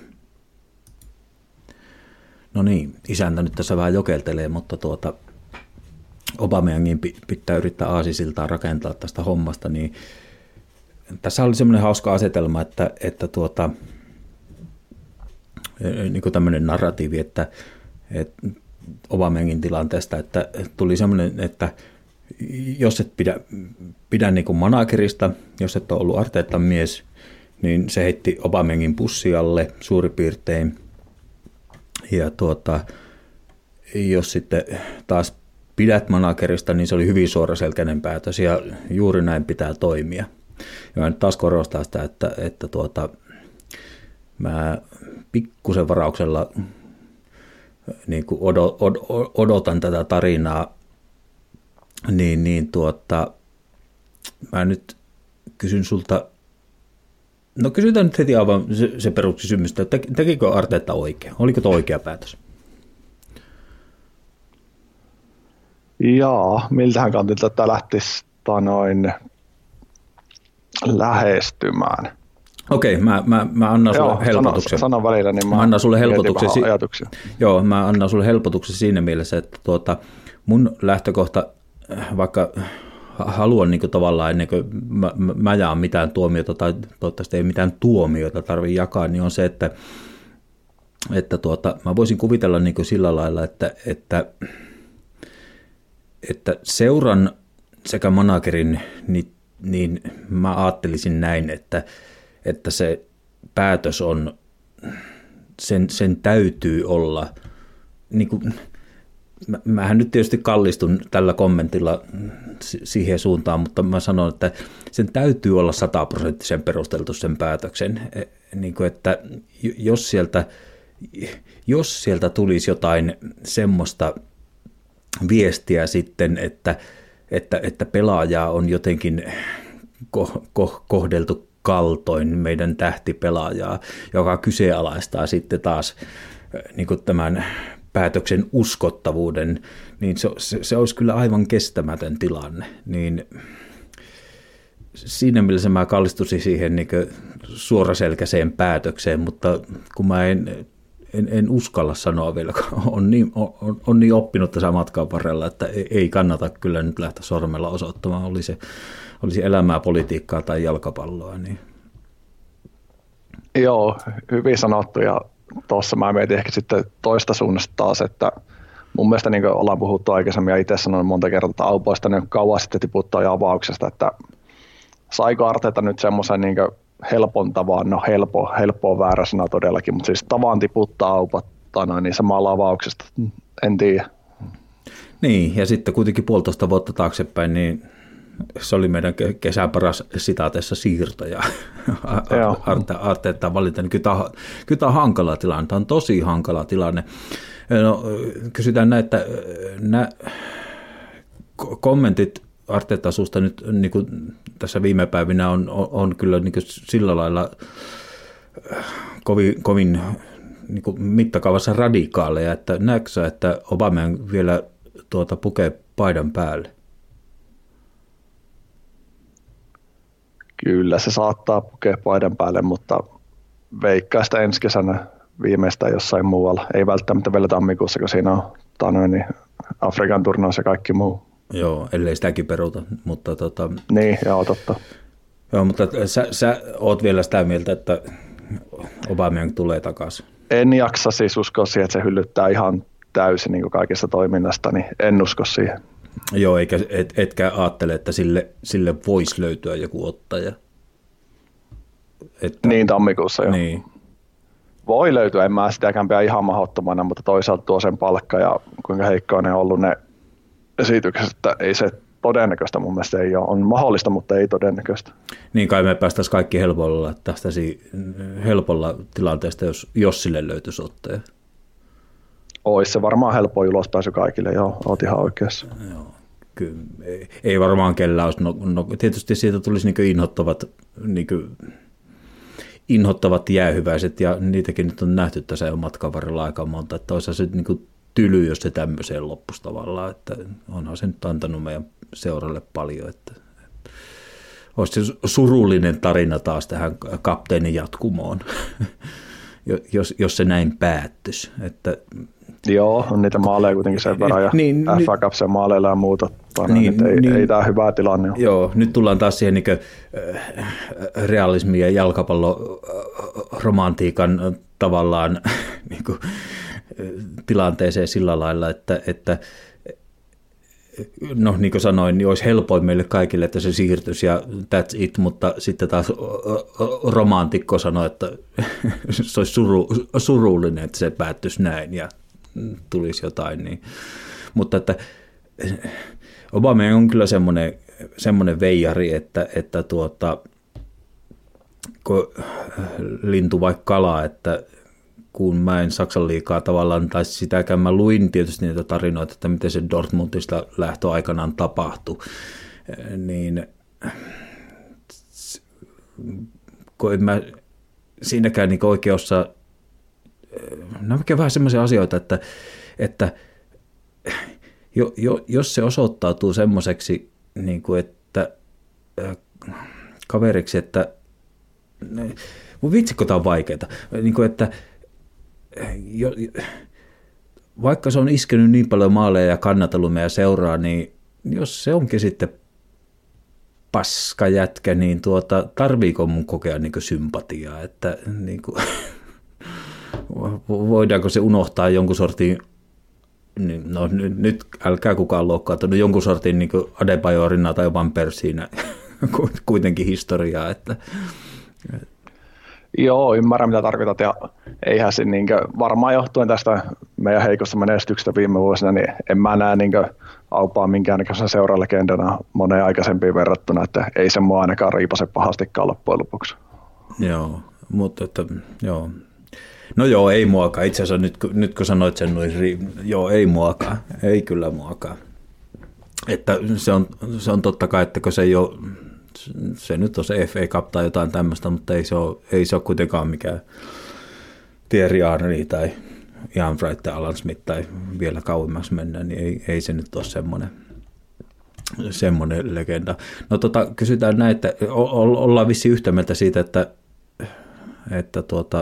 No niin, isäntä nyt tässä vähän jokeltelee, mutta Aubameyangin pitää yrittää aasisiltaa rakentaa tästä hommasta, niin tässä oli semmoinen hauska asetelma, että niin kuin tämmöinen narratiivi, että Aubameyangin tilanteesta, että tuli semmoinen, että jos et pidä niin kuin managerista, jos et ole ollut Arteetan mies, niin se heitti Aubameyangin pussialle suurin piirtein. Ja jos sitten taas pidät managerista, niin se oli hyvin suoraselkäinen päätös ja juuri näin pitää toimia. Ja mä nyt taas korostan sitä, että mä pikkusen varauksella niin kuin odotan tätä tarinaa, niin mä nyt kysyn sulta, no kysytään nyt heti aivan se peruskysymys, että tekikö Arteta oikein? Oliko tuo oikea päätös? Jaa, miltähän kantilta tämä lähtisi lähestymään? Okei, mä annan sulle helpotuksen. Sano välillä, niin mä annan sulle helpotuksen. Ajatuksia. Joo, mä annan sulle helpotuksen siinä mielessä, että mun lähtökohta, vaikka haluan niin kuin tavallaan ennen kuin mä jaan mitään tuomiota tai toivottavasti ei mitään tuomiota tarvitse jakaa, niin on se, että mä voisin kuvitella niin kuin sillä lailla, että seuran sekä managerin, niin mä ajattelisin näin, että se päätös on, sen täytyy olla, niin kuin, mähän nyt tietysti kallistun tällä kommentilla siihen suuntaan, mutta mä sanon, että sen täytyy olla 100% perusteltu sen päätöksen, niin kuin, että jos sieltä tulisi jotain semmoista viestiä sitten, että pelaajaa on jotenkin kohdeltu kaltoin, meidän tähtipelaajaa, joka kyseenalaistaa sitten taas niin kuin tämän päätöksen uskottavuuden, niin se olisi kyllä aivan kestämätön tilanne. Niin siinä mielessä mä kallistuisin siihen niin kuin suoraselkäiseen päätökseen, mutta kun mä en uskalla sanoa vielä, kun on niin oppinut tässä matkan varrella, että ei kannata kyllä nyt lähteä sormella osoittamaan, olisi elämää, politiikkaa tai jalkapalloa. Niin. Joo, hyvin sanottu, ja tuossa mä mietin ehkä sitten toista suunnasta taas, että mun mielestä niin kuin ollaan puhuttu aikaisemmin ja itse sanoin monta kertaa, että Auboista niin kauan sitten tiputtaa avauksesta, että saiko Arteta nyt semmoisen niin helpon tavan, no helppo on väärä sana todellakin, mutta siis tavan tiputtaa Aubota niin samalla avauksesta, en tiedä. Niin, ja sitten kuitenkin 1,5 vuotta taaksepäin, niin se oli meidän kesän paras sitaateessa siirtäjä. Arteta valinta, niin kyllä tämä on hankala tilanne, tämä on tosi hankala tilanne. No, kysytään näin, että nämä kommentit Artetan suusta nyt niin kuin tässä viime päivinä on kyllä niin kuin sillä lailla kovin niin kuin mittakaavassa radikaaleja, että näetkö sä, että Aubameyang vielä pukee paidan päälle? Kyllä se saattaa pukea paidan päälle, mutta veikkaa sitä ensi kesänä viimeistään jossain muualla. Ei välttämättä vielä tammikuussa, kun siinä on niin Afrikan turnaus ja kaikki muu. Joo, ellei sitäkin peruta. Mutta Niin, joo, totta. Joo, mutta sä oot vielä sitä mieltä, että Aubameyang tulee takaisin. En jaksa siis uskoa siihen, että se hyllyttää ihan täysin niin kuin kaikessa toiminnasta, niin en usko siihen. Joo, etkä ajattele, että sille voisi löytyä joku ottaja. Niin, tammikuussa jo. Niin. Voi löytyä, en mä sitäkään pidä ihan mahdottomana, mutta toisaalta tuo sen palkka ja kuinka heikkoa ne on ollut ne esitykset, että ei se todennäköistä mun mielestä ei ole. On mahdollista, mutta ei todennäköistä. Niin kai me päästäisiin kaikki helpolla tilanteesta, jos sille löytyisi ottaja. Ois se varmaan helppo ulospääsy kaikille, joo, oot ihan oikeassa. Joo, kyllä, ei varmaan kellään olisi, no tietysti siitä tulisi inhottavat jäähyväiset, ja niitäkin nyt on nähty tässä matkan varrella aika monta, että olisi se tyly, jos se tämmöiseen loppuisi tavallaan, että onhan se nyt antanut meidän seuralle paljon, että olisi se surullinen tarina taas tähän kapteenin jatkumoon, jos se näin päättyisi, että joo, on niitä maaleja kuitenkin sen verran ja FA Cupsen maaleilla ja muuta. Ei tämä hyvä tilanne ole. Joo, nyt tullaan taas siihen niin realismin ja jalkapalloromantiikan tavallaan niin tilanteeseen sillä lailla, että no niin kuin sanoin, niin olisi helpoin meille kaikille, että se siirtyisi ja that's it, mutta sitten taas romantikko sanoi, että se olisi surullinen, että se päättyisi näin ja tulisi jotain. Niin. Mutta että Obama on kyllä semmoinen veijari, että kun lintu vaikka kalaa, että kun mä en Saksan liigaa tavallaan, tai sitäkään mä luin tietysti niitä tarinoita, että miten se Dortmundista lähtö aikanaan tapahtui, niin kun en mä siinäkään niin oikein osaa, nämä on vähän semmoisia asioita, että jos se osoittautuu semmoiseksi, niin kuin että kaveriksi, että mun vitsikko tää on vaikeaa, niin kuin että vaikka se on iskenyt niin paljon maaleja ja kannatellut meidän seuraa, niin jos se onkin sitten paskajätkä, niin tarviiko mun kokea niin kuin sympatiaa, että niin kuin, voidaanko se unohtaa jonkun sortin, no nyt älkää kukaan loukkaantunut, jonkun sortin niin kuin Adebayorina tai Van Perssiinä kuitenkin historiaa, että Joo, ymmärrän mitä tarkoitat ja eihän se varmaan johtuen tästä meidän heikosta menestyksestä viime vuosina, niin en mä näe Aupaa minkäännäköisen seuralegendana moneen aikaisempiin verrattuna, että ei se mua ainakaan riipase pahastikaan loppujen lopuksi. Joo, mutta että joo. No joo, ei muakaan. Itse asiassa nyt kun sanoit sen, joo, ei muakaan. Ei kyllä muakaan. Että se on totta kai, että kun se ei ole, se nyt on se FA Cup tai jotain tämmöistä, mutta ei se ole kuitenkaan mikään Thierry Henry tai Ian Wright tai Alan Smith tai vielä kauemmaksi mennään, niin ei se nyt ole semmoinen legenda. No kysytään näin, että ollaan vissiin yhtä mieltä siitä, että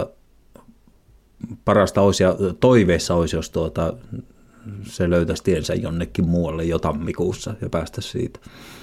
parasta olisi ja toiveissa olisi, jos se löytäisi tiensä jonnekin muualle jo tammikuussa ja päästä siitä.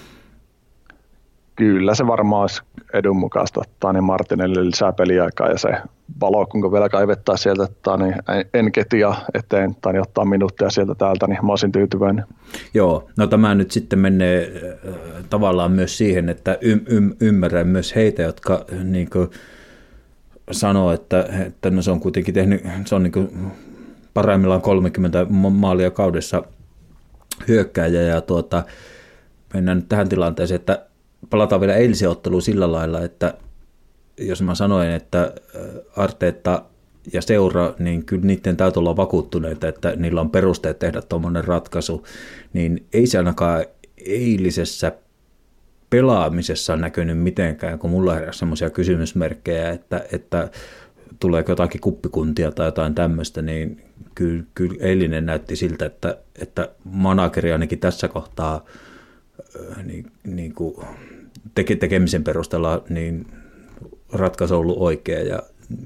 Kyllä se varmaan olisi edun mukaista ottaa niin Martinelle lisää peliaikaa ja se valo, kun vielä kaivettaa sieltä niin Enketia eteen tai ottaa minuutteja sieltä täältä, niin mä olisin tyytyväinen. Joo, no tämä nyt sitten menee tavallaan myös siihen, että ymmärrän myös heitä, jotka niin kuin sanoo, että no se on kuitenkin tehnyt, se on niin kuin parhaimmillaan 30 maalia kaudessa hyökkääjä ja mennään nyt tähän tilanteeseen, että palataan vielä eilisen otteluun sillä lailla, että jos mä sanoin, että Arteta ja seura, niin kyllä niiden täytyy olla vakuuttuneita, että niillä on perusteet tehdä tuommoinen ratkaisu, niin ei se ainakaan eilisessä pelaamisessa näkynyt mitenkään, kun mulla heräsi semmoisia kysymysmerkkejä, että tuleeko jotakin kuppikuntia tai jotain tämmöistä, niin kyllä eilinen näytti siltä, että manageri ainakin tässä kohtaa niin kuin tekemisen perusteella niin ratkaisu on ollut oikea ja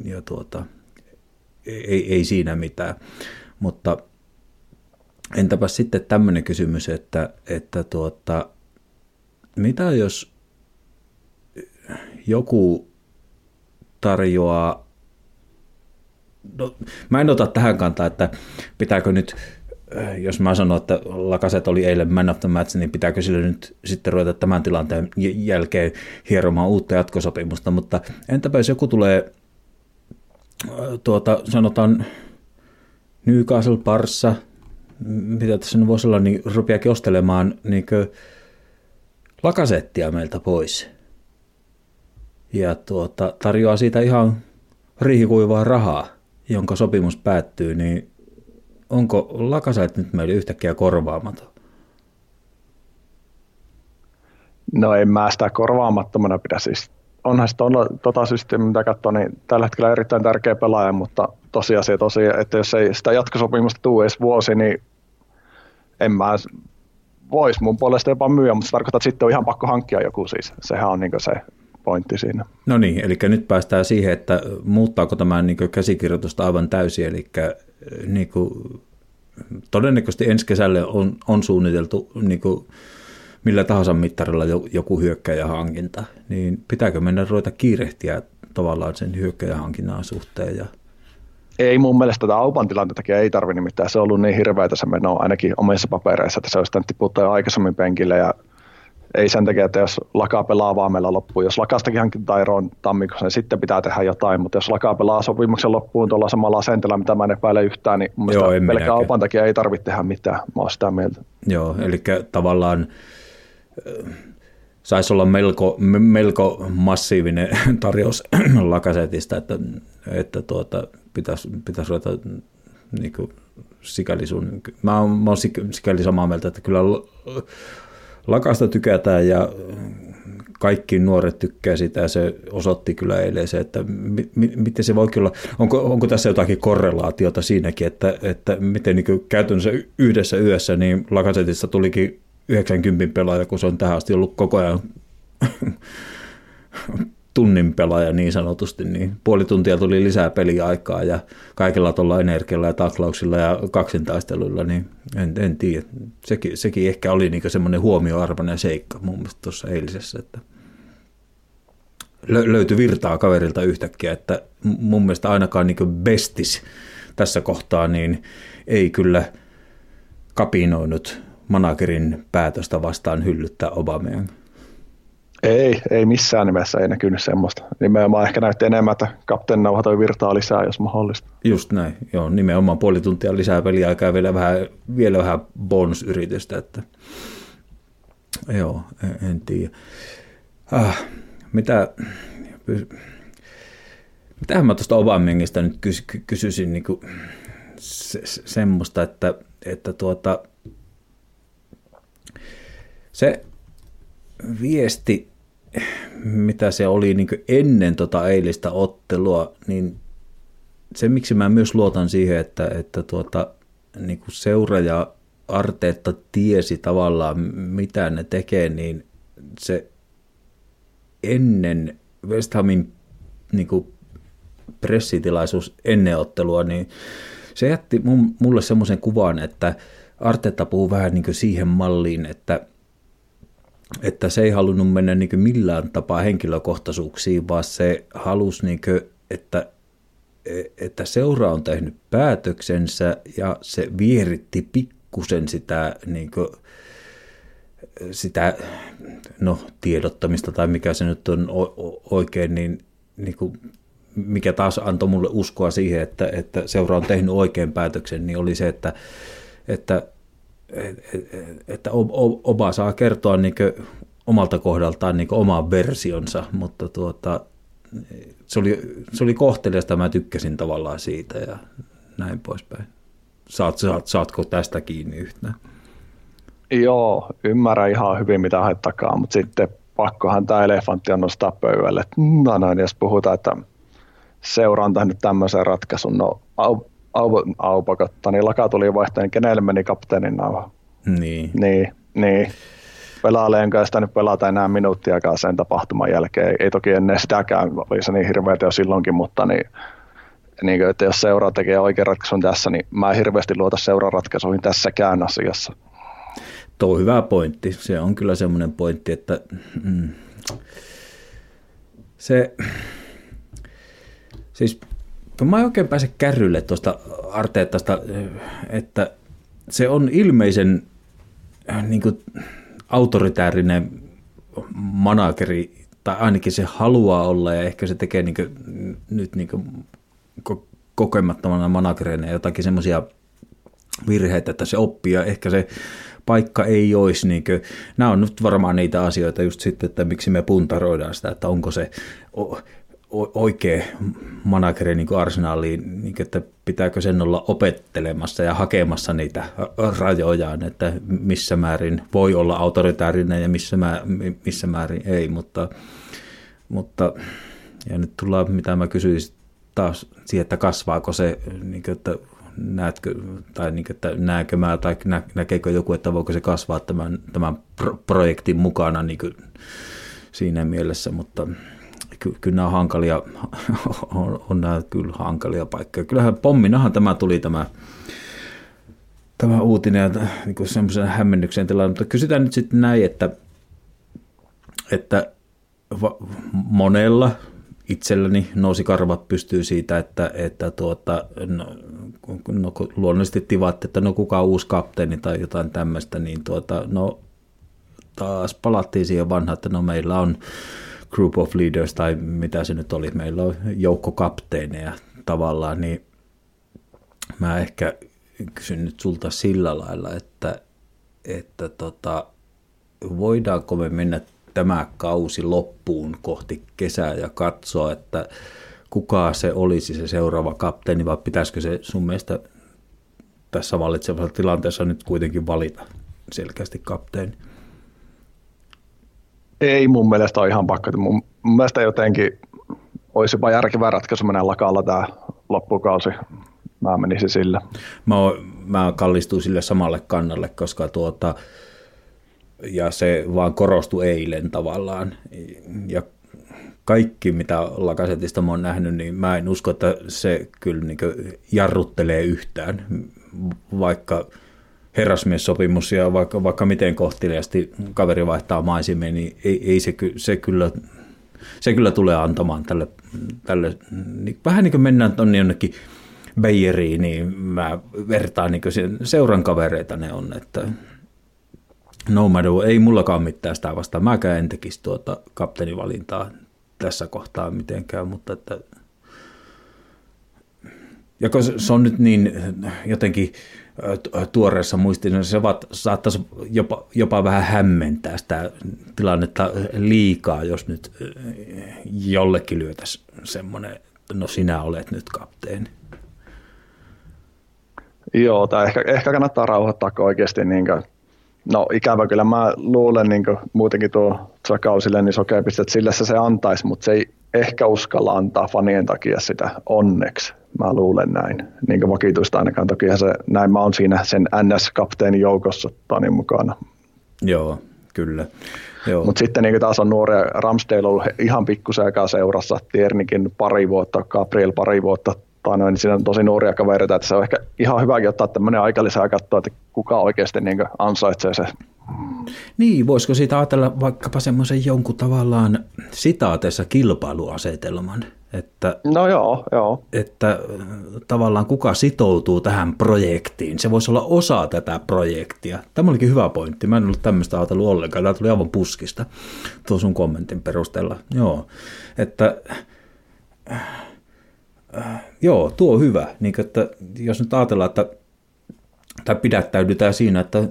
ei siinä mitään. Mutta entäpä sitten tämmöinen kysymys, että mitä jos joku tarjoaa, no, mä en ota tähän kantaa, että pitääkö nyt, jos mä sanon, että Lacazette oli eilen man of the match, niin pitääkö sille nyt sitten ruveta tämän tilanteen jälkeen hieromaan uutta jatkosopimusta, mutta entäpä jos joku tulee, sanotaan Newcastle, Barça, mitä tässä nyt voisi olla, niin rupeakin ostelemaan niin Lacazettea meiltä pois ja tarjoaa siitä ihan riihikuivaa rahaa, jonka sopimus päättyy, niin onko Lacazette nyt meille yhtäkkiä korvaamaton? No en mä sitä korvaamattomana pidä. Siis onhan se systeemi, mitä katsoo, niin tällä hetkellä erittäin tärkeä pelaaja, mutta tosiaan, että jos ei sitä jatkosopimusta tule edes vuosi, niin en mä vois mun puolesta jopa myyä, mutta se tarkoittaa, että sitten on ihan pakko hankkia joku siis. Sehän on niin se pointti siinä. No niin, eli nyt päästään siihen, että muuttaako tämä niin käsikirjoitusta aivan täysin, eli niin kuin, todennäköisesti ensi kesälle on suunniteltu niin kuin, millä tahansa mittarilla joku hyökkäjähankinta, niin pitääkö mennä ruveta kiirehtiä tavallaan sen hyökkäjähankinnan suhteen? Ei mun mielestä tätä Auban tilantettakin ei tarvitse, nimittäin se on ollut niin hirveätä se meno ainakin omissa papereissa, että se olisi tämän tiputtaa jo aikaisemmin penkille ja ei sen takia, että jos Laka pelaa vaan meillä loppuun. Jos Lakastakin hankitaan eroon tammikuussa, niin sitten pitää tehdä jotain, mutta jos Laka pelaa sopimuksen loppuun tuolla samalla asenteella, mitä mä en epäile yhtään, niin mun mielestä pelkkä Auban takia ei tarvitse tehdä mitään. Mä oon sitä mieltä. Joo, eli tavallaan saisi olla melko massiivinen tarjous Lakasetista, että pitäisi ruveta niin sikäli sun. Mä oon sikäli samaa mieltä, että kyllä Lakasta tykätään ja kaikki nuoret tykkää sitä ja se osoitti kyllä eilen se, että miten se voi olla, onko tässä jotakin korrelaatiota siinäkin, että miten niin käytännössä yhdessä yössä niin Lakasetista tulikin 90 pelaaja, kun se on tähän asti ollut koko ajan tunnin pelaaja niin sanotusti, niin puoli tuntia tuli lisää peliaikaa ja kaikilla tuolla energialla ja taklauksilla ja kaksintaisteluilla, niin en tiedä. Sekin ehkä oli niin semmoinen huomioarvoinen seikka mun mielestä tuossa eilisessä, että löytyi virtaa kaverilta yhtäkkiä, että mun mielestä ainakaan niin bestis tässä kohtaa niin ei kyllä kapinoinut managerin päätöstä vastaan hyllyttää Aubameyang. Ei missään nimessä ei näkynyt semmoista. Nimenomaan ehkä näytti enemmän, että kapteeni nauhatoi virtaa lisää, jos mahdollista. Just näin, joo, nimenomaan puoli tuntia lisää peliaikaa ja vielä vähän bonusyritystä, että joo, en tiedä. Mitähän mä tuosta Aubameyangista nyt kysyisin niin kuin semmoista, että se viesti, mitä se oli niin ennen eilistä ottelua, niin se, miksi mä myös luotan siihen, että niin seura ja Arteetta tiesi tavallaan, mitä ne tekee, niin se ennen West Hamin niin pressitilaisuus ennen ottelua, niin se jätti mulle semmoisen kuvan, että Arteetta puhuu vähän niin siihen malliin, että se ei halunnut mennä niin millään tapaa henkilökohtaisuuksiin, vaan se halusi, niin kuin, että seura on tehnyt päätöksensä ja se vieritti pikkusen sitä, niin kuin, sitä tiedottamista tai mikä se nyt on oikein, niin kuin, mikä taas antoi mulle uskoa siihen, että seura on tehnyt oikein päätöksen, niin oli se, että Oba saa kertoa niin omalta kohdaltaan niin oman versionsa, mutta se oli kohteliasta, mä tykkäsin tavallaan siitä ja näin poispäin. Saatko tästä kiinni yhtään? Joo, ymmärrän ihan hyvin mitä haet takaa, mutta sitten pakkohan tämä elefantti on nostaa pöydälle. Jos puhutaan, että seura on tehnyt tämmöisen ratkaisun, Aupakotta, niin Laka tuli vaihtajan, kenelle meni kapteenin nauha. Niin. Pelaaleen kanssa nyt pelata enää minuuttiakaan sen tapahtuman jälkeen. Ei toki ennen sitäkään, oli se niin hirveätä jo silloinkin, mutta niin, että jos seura tekee oikean ratkaisun tässä, niin mä en hirveästi luota seuraratkaisuihin tässäkään asiassa. Tuo on hyvä pointti. Se on kyllä semmoinen pointti, että se siis kun mä en oikein pääse kärrylle tuosta Arteetasta, että se on ilmeisen niin kuin autoritäärinen manageri, tai ainakin se haluaa olla, ja ehkä se tekee niin kuin, nyt niin kuin kokemattomana managerina jotakin semmoisia virheitä, että se oppii, ja ehkä se paikka ei olisi, niin kuin, nämä on nyt varmaan niitä asioita just sitten, että miksi me puntaroidaan sitä, että onko se oikea manageri niin kuin Arsenaliin, niin että pitääkö sen olla opettelemassa ja hakemassa niitä rajojaan, että missä määrin voi olla autoritäärinen ja missä määrin ei, mutta ja nyt tullaan, mitä mä kysyisin taas siihen, että kasvaako se, niin kuin, että näetkö, tai niin kuin, että näekö mä, tai näkeekö joku, että voiko se kasvaa tämän projektin mukana niin kuin siinä mielessä, mutta kyllä nämä on hankalia, on nämä kyllä hankalia paikkoja. Kyllähän pomminahan tämä tuli tämä uutinen ja niin semmoisen hämmennyksen tilanne, mutta kysytään nyt sitten näin, että monella, itselläni nousi karvat pystyy siitä, että luonnollisesti tivattiin, että no kuka on uusi kapteeni tai jotain tämmöistä, niin taas palattiin siihen vanhaan, että no meillä on group of leaders tai mitä se nyt oli, meillä on joukko kapteeneja tavallaan, niin mä ehkä kysyn nyt sulta sillä lailla, että voidaanko me mennä tämä kausi loppuun kohti kesää ja katsoa, että kuka se olisi se seuraava kapteeni, vai pitäisikö se sun mielestä tässä vallitsevassa tilanteessa nyt kuitenkin valita selkeästi kapteeni? Ei mun mielestä ole ihan pakko. Mun mielestä jotenkin olisi jopa järkevä ratkaisu mennä lakalla tämä loppukausi. Mä menisin sillä. Mä kallistuin sille samalle kannalle, koska ja se vaan korostui eilen tavallaan. Ja kaikki, mitä Lacazetteista mä oon nähnyt, niin mä en usko, että se kyllä niin jarruttelee yhtään, vaikka herrasmiessopimus ja vaikka miten kohteliasti kaveri vaihtaa maisimia, niin ei se kyllä tulee antamaan tälle niin vähän niin kuin mennään tuonne jonnekin Bayeriin, niin mä vertaan niin kuin seuran kavereita ne on, että no matter, ei mullakaan mitään sitä vastaan. Mäkään en tekisi kapteenivalintaa tässä kohtaa mitenkään, mutta että ja kun se on nyt niin jotenkin tuoreessa muistissa, se saattaisi jopa vähän hämmentää sitä tilannetta liikaa, jos nyt jollekin lyötäisiin semmoinen, no sinä olet nyt kapteeni. Joo, tai ehkä kannattaa rauhoittaa oikeasti. Niin kuin, no ikävä kyllä mä luulen niin kuin, muutenkin tuo Zakausille, niin sokeapistet sille se antaisi, mutta se ei ehkä uskalla antaa fanien takia sitä onneksi. Mä luulen näin, niin kuin vakituista ainakaan. Toki se, näin mä oon siinä sen NS-kapteenin joukossa Tanin mukana. Joo, kyllä. Mutta sitten niin taas on nuoria, Ramsdale on ollut ihan pikkusen aikaa seurassa, Tiernikin pari vuotta, Gabriel pari vuotta, niin siinä on tosi nuoria kavereita, että se on ehkä ihan hyväkin ottaa tämmöinen aikalisää katsoa, että kuka oikeasti niin ansaitsee se. Niin, voisiko siitä ajatella vaikkapa semmoisen jonkun tavallaan sitaateessa kilpailuasetelman? Että, no joo. Että tavallaan kuka sitoutuu tähän projektiin, se voisi olla osa tätä projektia. Tämä olikin hyvä pointti, mä en ollut tämmöistä ajatellut ollenkaan, tämä tuli aivan puskista tuon sun kommentin perusteella. Joo, että joo, tuo on hyvä, niin, että jos nyt ajatellaan, että tai pidättäydytään siinä, että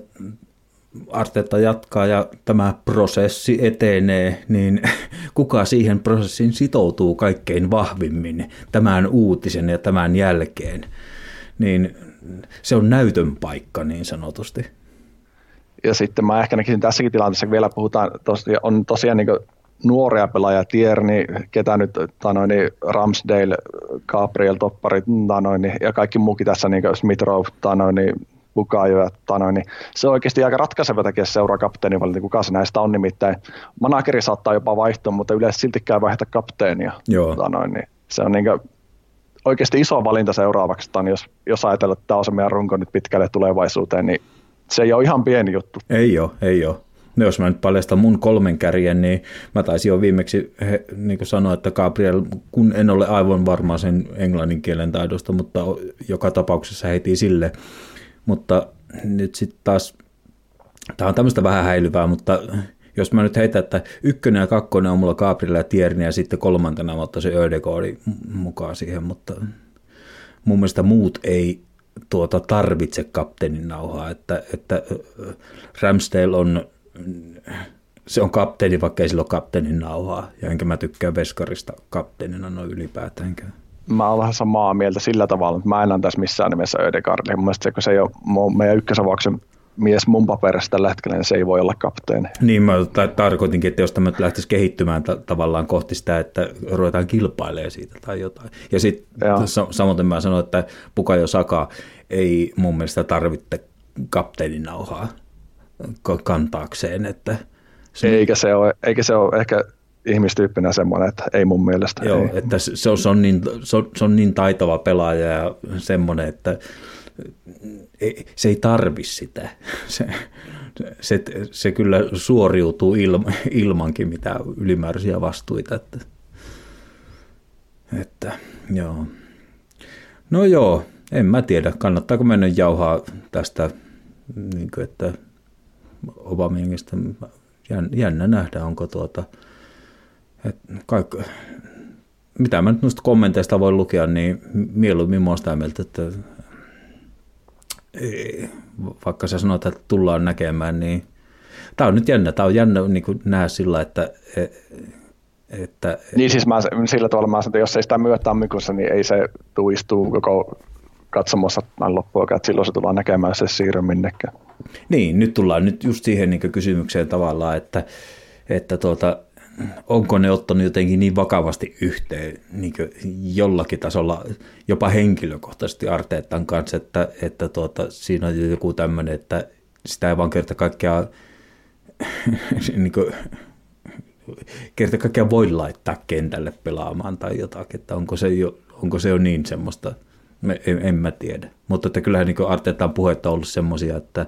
Arteta jatkaa ja tämä prosessi etenee, niin kuka siihen prosessiin sitoutuu kaikkein vahvimmin tämän uutisen ja tämän jälkeen, niin se on näytön paikka niin sanotusti. Ja sitten mä ehkä näkisin tässäkin tilanteessa, vielä puhutaan, on tosiaan niin nuoria pelaajia, Tierney, ketä nyt, Ramsdale, Gabriel, topparit, ja kaikki muukin tässä, niin Smith Rowe, Bukayo ja niin se on oikeasti aika ratkaiseva tekijä seuraa kapteenivalinta, kuka se näistä on nimittäin. Manageri saattaa jopa vaihtua, mutta yleensä siltikään vaihtaa kapteenia. Niin se on niin oikeasti iso valinta seuraavaksi, jos ajatellaan, että tämä on se meidän runko nyt pitkälle tulevaisuuteen, niin se ei ole ihan pieni juttu. Ei ole. No jos mä nyt paljastan mun 3 kärjen, niin mä taisin jo viimeksi niin sanoa, että Gabriel, kun en ole aivan varma sen englannin kielen taidosta, mutta joka tapauksessa heitiin sille. Mutta nyt sitten taas, tämä on tämmöistä vähän häilyvää, mutta jos mä nyt heitän, että 1 ja 2 on mulla Gabriel ja Tierney ja sitten 3. mä ottaisin Ödegaardin mukaan siihen, mutta mun mielestä muut ei tarvitse kapteenin nauhaa, että Ramsdale se on kapteeni, vaikka ei sillä ole kapteenin nauhaa, ja enkä mä tykkää Veskarista kapteenina noin ylipäätäänkään. Mä oon vähän samaa mieltä sillä tavalla, että mä en antaisi missään nimessä Ödegaardille. Mun mielestä se ei ole meidän ykkösavauksen mies mun paperissa tällä hetkellä, niin se ei voi olla kapteeni. Niin mä tarkoitinkin, että jos tämä lähtisi kehittymään tavallaan kohti sitä, että ruvetaan kilpailemaan siitä tai jotain. Ja sitten samoin mä sanoin, että Bukayo Saka ei mun mielestä tarvitse kapteenin nauhaa kantaakseen. Että eikä se ole ehkä ihmistyyppinä semmoinen, että ei mun mielestä. Joo, ei. Että se on niin taitava pelaaja ja semmoinen, että se ei tarvi sitä. Se kyllä suoriutuu ilmankin mitään ylimääräisiä vastuita. Että. Että joo. No joo, en mä tiedä, kannattaako mennä jauhaa tästä, niin kuin, että Aubameyangista jännä nähdä, onko mitä mä nyt noista kommenteista voin lukea, niin mieluummin mä oon sitä mieltä, että vaikka sä sanoit, että tullaan näkemään, niin tää on nyt jännä, niin kuin nähdä sillä, että niin siis sillä tavalla mä sanon, että jos ei sitä myö tammikuussa, niin ei se tuistuu koko katsomossa loppuun, että silloin se tullaan näkemään, se siirry minnekään. Niin, nyt tullaan nyt just siihen niin kysymykseen tavallaan, että onko ne ottanut jotenkin niin vakavasti yhteen niin jollakin tasolla, jopa henkilökohtaisesti Arteetan kanssa, että siinä on joku tämmöinen, että sitä ei vaan kerta kaikkiaan niin kerta kaikkiaan voi laittaa kentälle pelaamaan tai jotakin, että onko se jo niin semmoista, en mä tiedä. Mutta että kyllähän niin Arteetan puheet on ollut semmoisia, että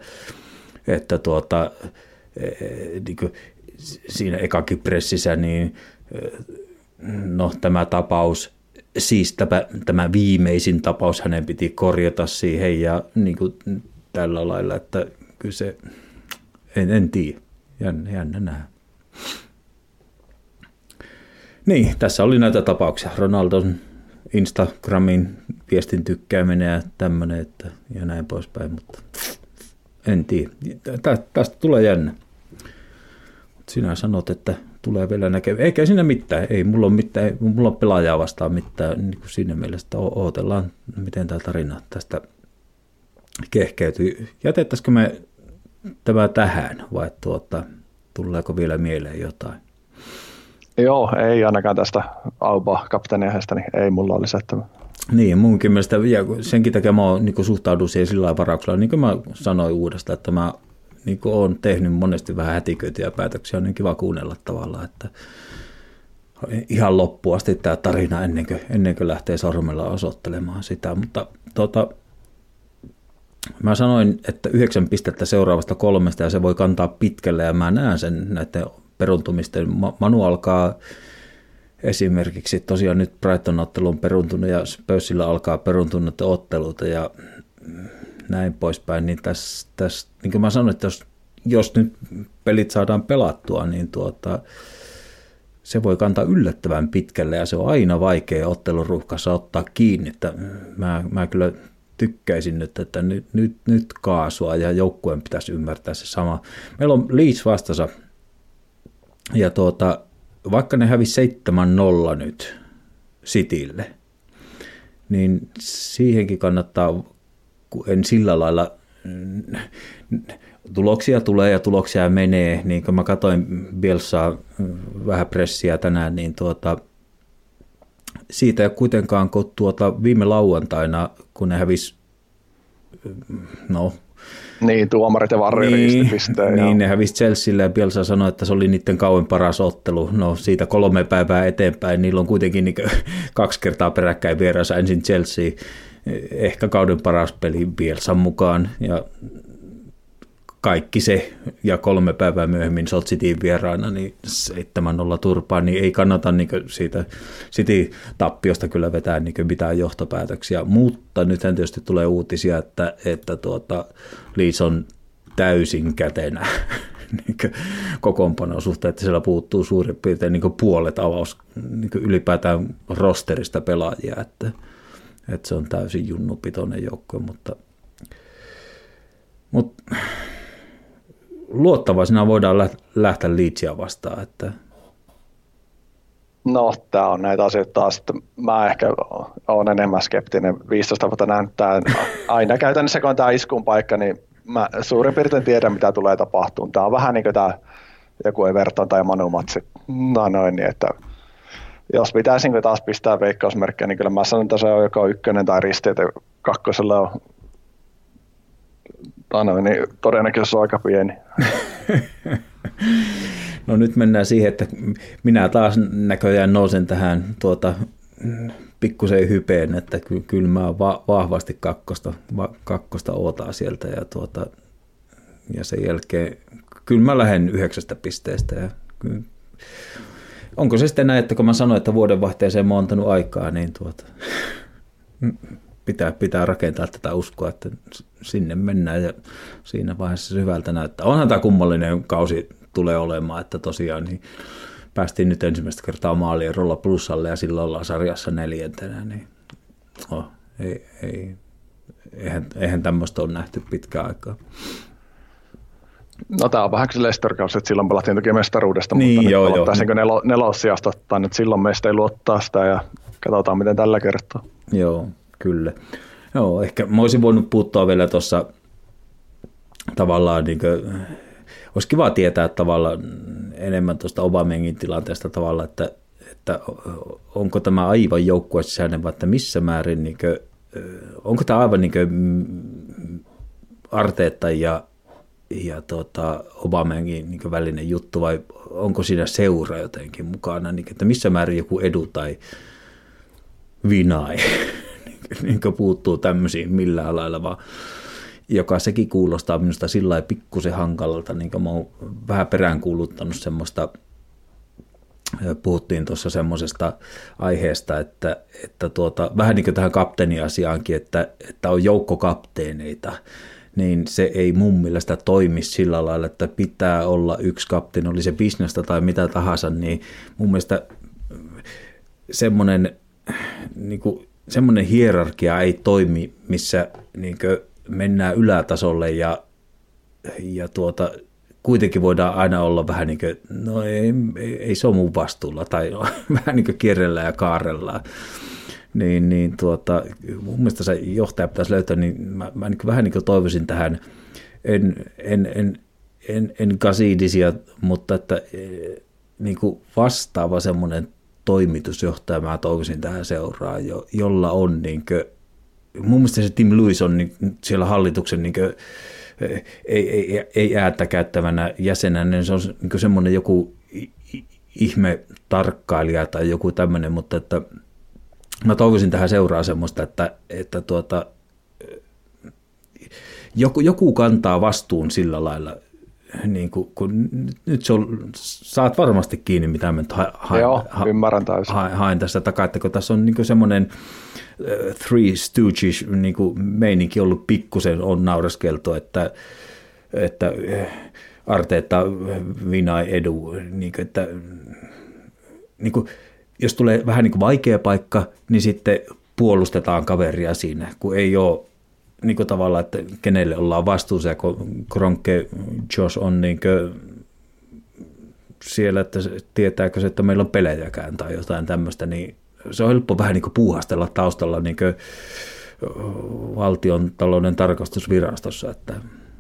niin siinä ekakin pressissä, niin no tämä tapaus, siis tämä viimeisin tapaus hänen piti korjata siihen ja niin kuin tällä lailla, että kyllä se, en tiedä, jännä nähdä. Niin, tässä oli näitä tapauksia. Ronaldon Instagramin viestin tykkääminen ja tämmöinen, ja näin poispäin, mutta en tiedä. Tästä tulee jännä. Sinä sanot, että tulee vielä näkemään. Eikä siinä mitään. Ei mulla ole mitään. Mulla on pelaajaa vastaan mitään. Niin kuin siinä mielessä odotellaan, miten tämä tarina tästä kehkeytyy. Jätettäisikö me tämä tähän vai tuleeko vielä mieleen jotain? Joo, ei ainakaan tästä Auba-kapteeniaiheesta, niin ei mulla ole lisättävää. Niin, munkin mielestä, ja senkin takia mä niin suhtaudun siihen sillä lailla varauksella, niin kuin mä sanoin uudestaan, että mä niin olen tehnyt monesti vähän hätiköityjä päätöksiä, on niin kiva kuunnella tavallaan, että ihan loppuun asti tämä tarina ennen kuin lähtee sormella osoittelemaan sitä, mutta mä sanoin, että 9 pistettä seuraavasta 3 ja se voi kantaa pitkälle ja mä näen sen näiden peruntumisten. Manu alkaa esimerkiksi tosiaan nyt Brighton-ottelu on peruntunut ja Spursilla alkaa peruntunut otteluita ja näin poispäin, niin tässä niin kuin mä sanoin, että jos nyt pelit saadaan pelattua, niin se voi kantaa yllättävän pitkälle ja se on aina vaikea otteluruuhkassa ottaa kiinni, että mä kyllä tykkäisin nyt, että nyt kaasua ja joukkueen pitäisi ymmärtää se sama. Meillä on Leeds vastassa ja vaikka ne hävisi 7-0 nyt Citylle, niin siihenkin kannattaa, kun en sillä lailla, tuloksia tulee ja tuloksia menee, niin kun mä katsoin Bielsaa vähän pressiä tänään, niin siitä ei kuitenkaan, kun viime lauantaina, kun ne hävisi, niin, tuomarit ja varri ristipisteen. Niin, ne hävisi Chelsealle ja Bielsa sanoi, että se oli niiden kauan paras ottelu. No siitä 3 päivää eteenpäin, niillä on kuitenkin niin 2 kertaa peräkkäin vieraassa ensin Chelsea, ehkä kauden paras peli Bielsan mukaan ja kaikki se ja 3 päivää myöhemmin Cityn vieraana, niin 7-0 turpaan, niin ei kannata niin siitä City-tappiosta kyllä vetää niin mitään johtopäätöksiä, mutta nythän tietysti tulee uutisia, että Leeds on täysin kätenä niin kokoonpanon suhteen, että siellä puuttuu suurin piirtein niin puolet niin ylipäätään rosterista pelaajia, että se on täysin junnupitoinen joukko, mutta luottavaisena voidaan lähteä Leedsia vastaan. Että No, tämä on näitä asioita taas, että mä ehkä olen enemmän skeptinen. 15 vuotta nähnyt tämän. Aina käytännössä, kun on tämä iskun paikka, niin mä suurin piirtein tiedän, mitä tulee tapahtumaan. Tämä on vähän niin kuin tämä joku Everton tai Manu-matsi. Niin, että jos pitäisi niin taas pistää veikkausmerkkejä, niin kyllä mä sanon, että se on joko 1 tai risti, että 2 on niin todennäköisesti on aika pieni. No nyt mennään siihen, että minä taas näköjään nousen tähän pikkusen hypeen, että kyllä mä vahvasti kakkosta ootaan sieltä ja sen jälkeen kyllä mä lähden 9 pisteestä ja onko se sitten näin, että kun mä sanoin, että vuodenvaihteeseen mä oon antanut aikaa, niin pitää rakentaa tätä uskoa, että sinne mennään ja siinä vaiheessa se hyvältä näyttää. Onhan tämä kummallinen kausi tulee olemaan, että tosiaan niin päästiin nyt ensimmäistä kertaa maalierolla plussalle ja silloin ollaan sarjassa 4. Niin, eihän tämmöistä ole nähty pitkään aikaa. No tämä on vähän kuin Leicester-kausi, että silloin pelattiin toki mestaruudesta, niin, mutta joo, nyt palattaisiin nelossijasta, tai nyt silloin meistä ei luottaa sitä ja katsotaan miten tällä kertaa. Joo, kyllä. Joo, ehkä mä olisin voinut puuttua vielä tuossa tavallaan, niin kuin, olisi kiva tietää tavallaan enemmän tuosta Aubameyangin tilanteesta tavallaan, että onko tämä aivan joukkuesisäinen vai että missä määrin, niin kuin, onko tämä aivan niin kuin Arteetta ja Aubameyangin niin välinen juttu vai onko siinä seura jotenkin mukana, niin, että missä määrin joku Edu tai Vinai niin puuttuu tämmöisiin millään lailla, vaan joka sekin kuulostaa minusta sillä lailla pikkusen hankalalta, niin kuin mä oon vähän peräänkuuluttanut semmoista, puhuttiin tuossa semmoisesta aiheesta, että vähän niin kuin tähän kapteeniasiaankin, että on joukko kapteeneita, niin se ei mun mielestä toimi sillä lailla, että pitää olla yksi kapteeni, oli se bisnestä tai mitä tahansa, niin mun mielestä semmoinen hierarkia ei toimi, missä niin kuin mennään ylätasolle ja kuitenkin voidaan aina olla vähän niin kuin, no ei se ole mun vastuulla tai vähän niin kuin kierrellään ja kaarellaan. Niin mun mielestä se johtaja pitäisi löytää, niin mä niin vähän niin kuin toivoisin tähän, en Gasidisia, mutta että niin kuin vastaava semmoinen toimitusjohtaja mä toivoisin tähän seuraan, jolla on niin kuin, mun mielestä se Tim Lewis on niin, siellä hallituksen niin kuin, ei ääntä käyttävänä jäsenä, niin se on niin semmoinen joku ihme tarkkailija tai joku tämmöinen, mutta että mä toivoisin tähän seuraa semmoista, että joku kantaa vastuun sillä lailla, niin kun nyt saat varmasti kiinni, mitä mä nyt ymmärrän täysin. Haen tässä takaa, että kun tässä on niin semmoinen Three Stooges niin meininki ollut pikkusen, on naureskeltu, että Arteetta, Vinai, Edu, niin kuin, että niin kuin, jos tulee vähän niin kuin vaikea paikka, niin sitten puolustetaan kaveria siinä, kun ei ole niin kuin tavallaan, että kenelle ollaan vastuussa, ja kun Kroenke Josh on niin kuin siellä, että tietääkö se, että meillä on pelejäkään tai jotain tämmöistä, niin se on helppo vähän niin kuin puuhastella taustalla niin kuin valtion talouden tarkastusvirastossa, että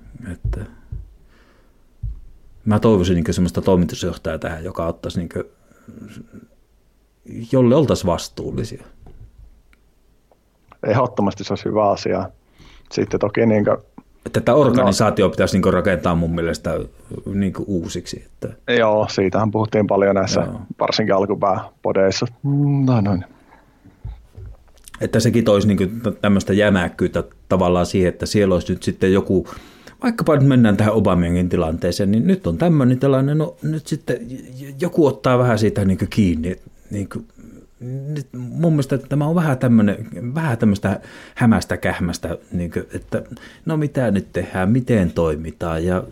mä toivoisin niin kuin semmoista toimitusjohtajaa tähän, joka ottaisi niin kuin, jolle oltaisiin vastuullisia. Ehdottomasti se olisi hyvä asia. Sitten toki niin kuin, tätä organisaatio pitäisi niin rakentaa mun mielestä niin uusiksi. Että. Joo, siitähän puhuttiin paljon näissä, varsinkin alkupääpodeissa. Noin. Että sekin toisi niin tämmöistä jämäkkyyttä tavallaan siihen, että siellä olisi nyt sitten joku, vaikkapa nyt mennään tähän Aubameyangin tilanteeseen, niin nyt on tämmöinen tilanne, no nyt sitten joku ottaa vähän siitä niin kiinni. Niin nyt mun mielestä tämä on vähän tämmöistä hämästä kähmästä, niin kuin, että no mitä nyt tehdään, miten toimitaan ja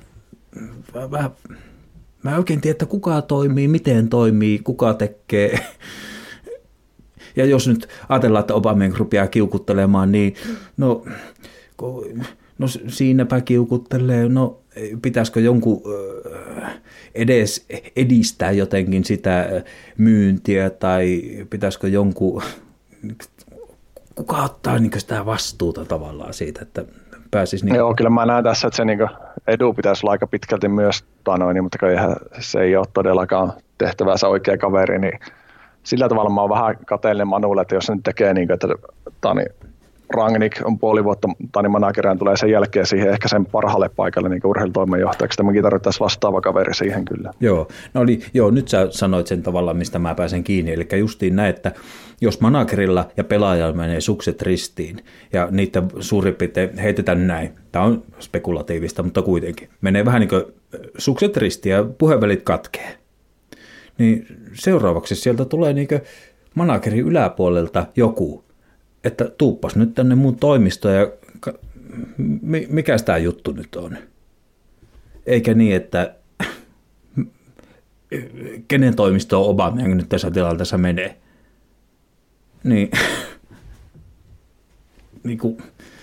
mä en oikein tiedä, että kuka toimii, miten toimii, kuka tekee. Ja jos nyt ajatellaan, että Aubameyang rupeaa kiukuttelemaan, niin no siinäpä kiukuttelee, no pitäisikö jonkun edes edistää jotenkin sitä myyntiä tai pitäisikö jonkun, kuka ottaa niin sitä vastuuta tavallaan siitä, että pääsisi. Niin. Joo, kyllä mä näen tässä, että se niin Edu pitäisi olla aika pitkälti myös, mutta se ei ole todellakaan tehtävänsä oikea kaveri, niin sillä tavalla mä oon vähän kateellinen Manulle, että jos se nyt tekee niin kuin, että Rangnick on puoli vuotta managerina, tulee sen jälkeen siihen ehkä sen parhaalle paikalle niin urheilutoimenjohtajaksi. Tämäkin tarvittaisiin vastaava kaveri siihen kyllä. Joo, nyt sä sanoit sen tavallaan, mistä mä pääsen kiinni. Eli justiin näin, että jos managerilla ja pelaajalla menee sukset ristiin ja niitä suurin piirtein heitetään näin, tämä on spekulatiivista, mutta kuitenkin, menee vähän niin kuin sukset ristiin ja puhevälit katkee, niin seuraavaksi sieltä tulee niin managerin yläpuolelta joku, että tuuppas nyt tänne mun toimistoon ja mikä tämä juttu nyt on. Eikä niin, että kenen toimistoon Obama nyt tässä tilanteessa menee. Niin, niin kuin,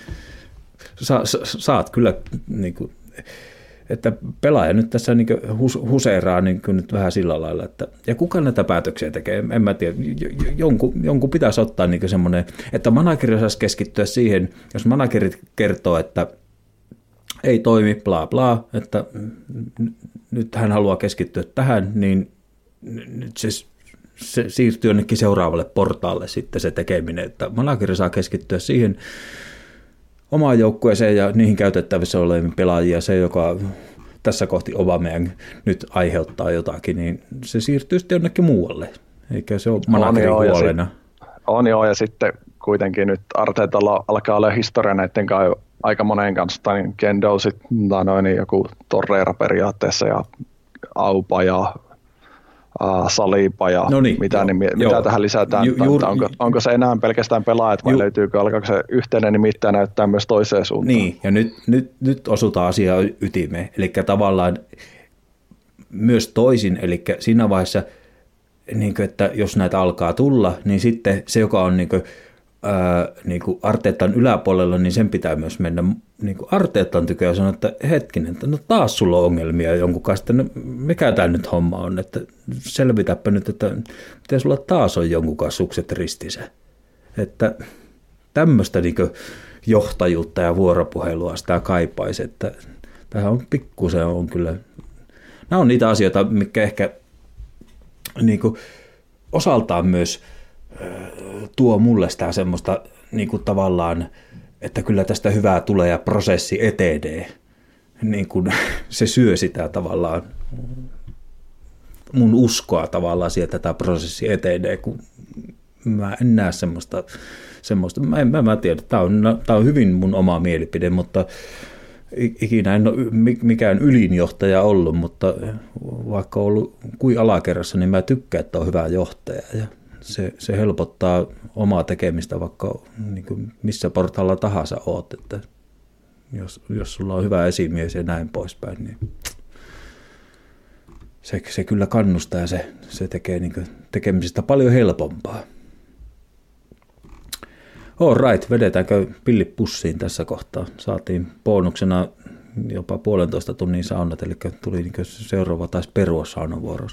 saat kyllä, niin kuin, että pelaaja nyt tässä niin huseeraa niin nyt vähän sillä lailla, että ja kuka näitä päätöksiä tekee, en mä tiedä, jonkun pitäisi ottaa niin semmoinen, että manageri osaisi keskittyä siihen, jos managerit kertoo, että ei toimi, bla bla, että nyt hän haluaa keskittyä tähän, niin nyt se siirtyy jonnekin seuraavalle portaalle sitten se tekeminen, että manageri saa keskittyä siihen omaan joukkueeseen ja niihin käytettävissä oleviin pelaajia, se joka tässä kohti Aubameyang nyt aiheuttaa jotakin, niin se siirtyy sitten jonnekin muualle, eikä se ole managerin huolena. On joo, ja sitten kuitenkin nyt Artetalla alkaa olla historia näiden aika monen kanssa, niin Kendo niin joku Torreira periaatteessa ja Aupa ja Saliba ja mitä tähän lisätään, onko se enää pelkästään pelaajat vai löytyykö, alkaako se yhteinen nimittäin näyttää myös toiseen suuntaan? Niin, ja nyt osutaan asiaan ytimeen, eli tavallaan myös toisin, eli siinä vaiheessa, niin kuin, että jos näitä alkaa tulla, niin sitten se, joka on niin kuin Arteetan yläpuolella, niin sen pitää myös mennä niin kuin Arteetan tykö ja sanoa, että hetkinen, no taas sulla on ongelmia jonkun kanssa, no mikä tämä nyt homma on, että selvitäpä nyt, että miten sulla taas on jonkun kanssa sukset ristissä. Että tämmöistä niin kuin johtajuutta ja vuoropuhelua sitä kaipaisi, että tämähän on pikkusen on kyllä, nämä on niitä asioita, mitkä ehkä niin kuin osaltaan myös tuo mulle sitä semmoista niin kuin tavallaan, että kyllä tästä hyvää tulee ja prosessi etenee. Niin kuin se syö sitä tavallaan, mun uskoa tavallaan siihen, että tämä prosessi etenee, kun mä en näe semmoista mä tiedä, tämä on hyvin mun oma mielipide, mutta ikinä en ole mikään ylinjohtaja ollut, mutta vaikka ollut kuin alakerrassa, niin mä tykkään, että on hyvä johtaja ja se helpottaa omaa tekemistä, vaikka niin kuin missä portaalla tahansa oot, että jos sulla on hyvä esimies ja näin poispäin, niin se kyllä kannustaa ja se tekee niin kuin tekemisestä paljon helpompaa. All right, vedetäänkö pillit pussiin tässä kohtaa? Saatiin bonuksena jopa 1,5 tunnin saunat, eli tuli niin seuraava taisi perua saunavuorossa.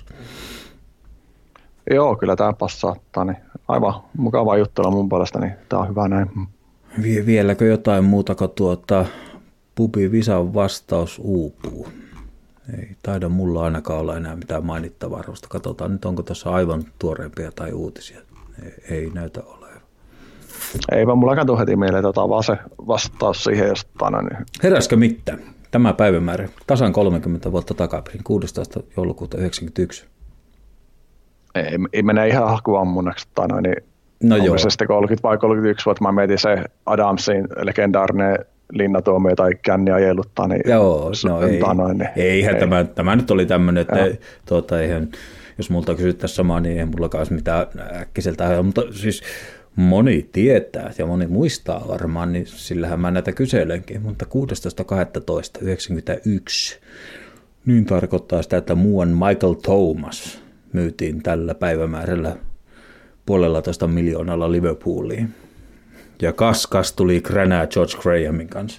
Joo, kyllä tämä passaa. Niin aivan mukava juttelu mun puolesta, niin tämä on hyvä näin. Vieläkö jotain muuta kuin Pubi Visan vastaus uupuu? Ei taida mulla ainakaan olla enää mitään mainittavaa arvosta. Katsotaan nyt, onko tuossa aivan tuoreempia tai uutisia. Ei näytä olevan. Eipä mullakaan tule heti mieleen, vaan se vastaus siihen jostain. Niin. Heräskö mitään? Tämä päivämäärä, tasan 30 vuotta takaperin, 16. joulukuuta 1991. Ei mene ihan hakuammunnaksi, niin no onko se sitten 30 vai 31 vuotta, mä mietin se Adamsin legendaarinen linnatuomio tai känni ajeluttaa, niin joo, no ei. Niin, eihän tämä nyt oli tämmöinen, että eihän, jos multa kysyttäisiin samaa, niin eihän mullakaan olisi mitään äkkiseltä, mutta siis moni tietää ja moni muistaa varmaan, niin sillähän mä näitä kyselenkin, mutta 16.12.1991, niin tarkoittaa sitä, että muuan Michael Thomas myytiin tällä päivämäärällä 1,5 miljoonalla Liverpooliin. Ja kas tuli kränää George Grahamin kanssa.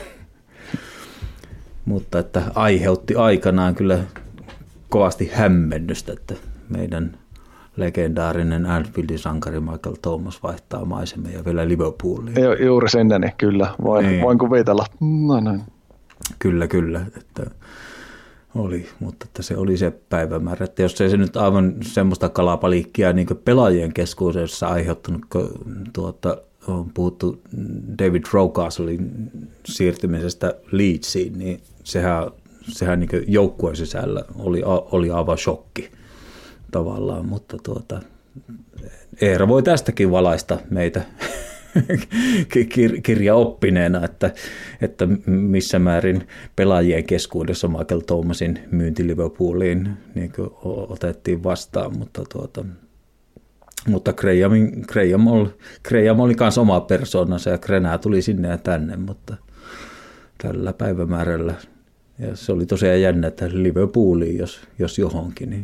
Mutta että aiheutti aikanaan kyllä kovasti hämmennystä, että meidän legendaarinen Anfieldin sankari Michael Thomas vaihtaa maisemia ja vielä Liverpooliin. Juuri sinne, niin kyllä. Voin kuvitella. No. Kyllä. Että oli, mutta että se oli se päivämäärä. Että jos ei se nyt aivan semmoista kalapaliikkia niin pelaajien keskuudessa aiheuttanut, kun on puhuttu David Rocastlein siirtymisestä Leedsiin, niin sehän niin joukkueen sisällä oli aivan shokki tavallaan, mutta Eera voi tästäkin valaista meitä kirjaoppineena, että missä määrin pelaajien keskuudessa Michael Thomasin myynti Liverpooliin niin otettiin vastaan, mutta Graham oli myös oma persoonansa ja Grenaa tuli sinne ja tänne, mutta tällä päivämäärällä. Ja se oli tosiaan jännä, että Liverpooliin, jos johonkin, niin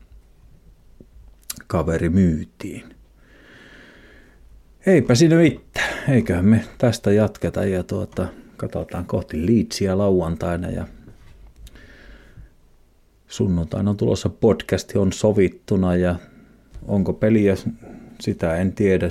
kaveri myytiin. Eipä siinä mitään. Eiköhän me tästä jatketa ja katsotaan kohti Leedsiä lauantaina ja sunnuntaina on tulossa podcasti, on sovittuna ja onko peliä, sitä en tiedä.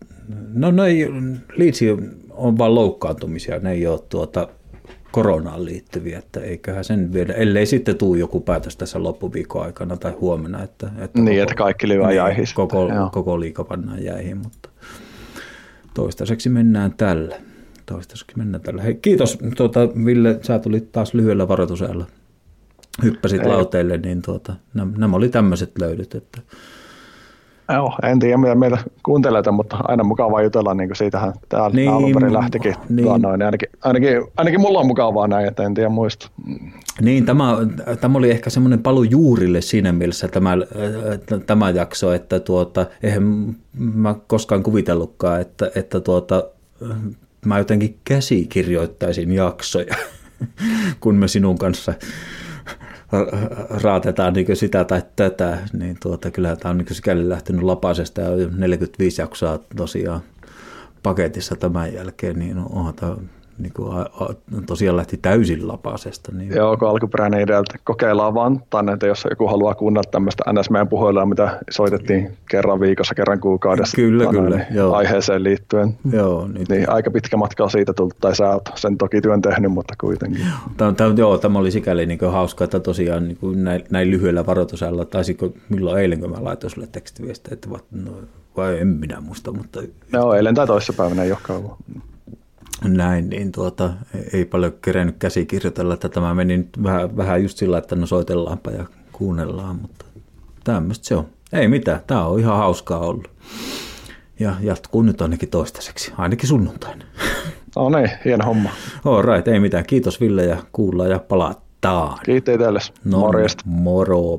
Leedsi on vaan loukkaantumisia, ne ei ole koronaan liittyviä, että eiköhän sen viedä, ellei sitten tule joku päätös tässä loppuviikon aikana tai huomenna. Että kaikki lyö jäihin. Koko liiga pannaan jäihin, mutta toistaiseksi mennään tällä. Hei, kiitos Ville, sä tulit taas lyhyellä varoitusajalla. Hyppäsit lauteille, niin nämä oli tämmöiset löydyt. Että joo, en tiedä mitä meitä kuunteletaan, mutta aina mukavaa jutella, niin kuin siitähän täällä alun perin lähtikin. Niin. Ainakin mulla on mukavaa näin, että en tiedä muista. Niin, tämä oli ehkä semmoinen paluu juurille siinä mielessä tämä jakso, että eihän mä koskaan kuvitellutkaan, että mä jotenkin käsikirjoittaisin jaksoja, kun me sinun kanssa raatetaan niin sitä tai tätä, niin kyllähän tämä on niin sikäli lähtenyt lapasesta ja 45 jaksoa tosiaan paketissa tämän jälkeen, niin onhan tämä niin tosiaan lähti täysin lapasesta. Niin. Joo, kun alkuperäinen idea, että kokeillaan vaan tänne, että jos joku haluaa kuunnella tämmöistä NS-meidän puhelua, mitä soitettiin kerran viikossa, kerran kuukaudessa. Kyllä, aiheeseen liittyen. Joo, niin aika pitkä matka siitä tullut, tai sä oot sen toki työn tehnyt, mutta kuitenkin. Tämä oli sikäli niin hauska, että tosiaan niin näin lyhyellä varoitusajalla, taisiko milloin eilen, kun mä laitoin sulle tekstiviestejä, että vai en minä muista. Mutta joo, eilen tai toissapäivänä ei olekaan. Näin, niin ei paljon kerennyt käsikirjoitella, että tämä meni nyt vähän just sillä, että no soitellaanpa ja kuunnellaan, mutta tämmöistä se on. Ei mitään, tämä on ihan hauskaa ollut. Ja jatkuu nyt ainakin toistaiseksi, ainakin sunnuntaina. No niin, hieno homma. All right, ei mitään, kiitos Ville ja kuullaan ja palataan. Kiitos teille, morjesta. Moro.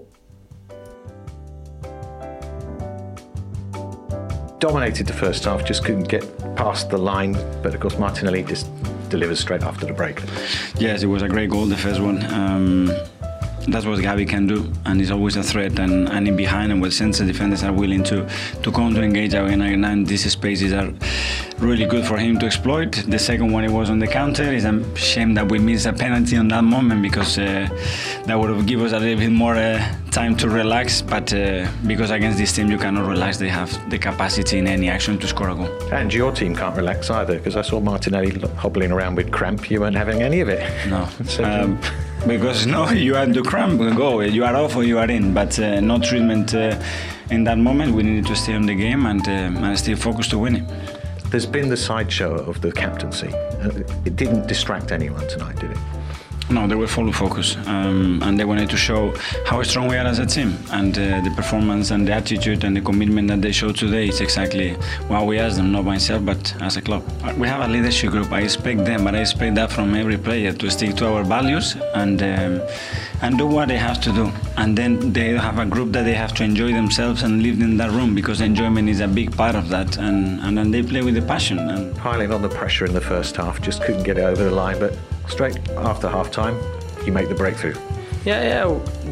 Dominated the first half, just couldn't get past the line, but of course Martinelli just delivers straight after the break. Yes, it was a great goal, the first one. That's what Gavi can do, and he's always a threat and in behind, and since the defenders are willing to come to engage again, and these spaces are really good for him to exploit. The second one, it was on the counter. It's a shame that we missed a penalty on that moment, because that would have given us a little bit more time to relax, but because against this team you cannot relax, they have the capacity in any action to score a goal. And your team can't relax either, because I saw Martinelli hobbling around with cramp. You weren't having any of it. No. Because you had the cramp, go, you are off or you are in, but no treatment in that moment. We needed to stay on the game and stay focused to win it. There's been the sideshow of the captaincy. It didn't distract anyone tonight, did it? No, they were full of focus, and they wanted to show how strong we are as a team, and the performance and the attitude and the commitment that they showed today is exactly what we asked them, not myself, but as a club. We have a leadership group. I expect them, but I expect that from every player, to stick to our values and do what they have to do. And then they have a group that they have to enjoy themselves and live in that room, because enjoyment is a big part of that, and then they play with the passion. And piling on the pressure in the first half, just couldn't get it over the line, but straight after half-time, you make the breakthrough. Yeah,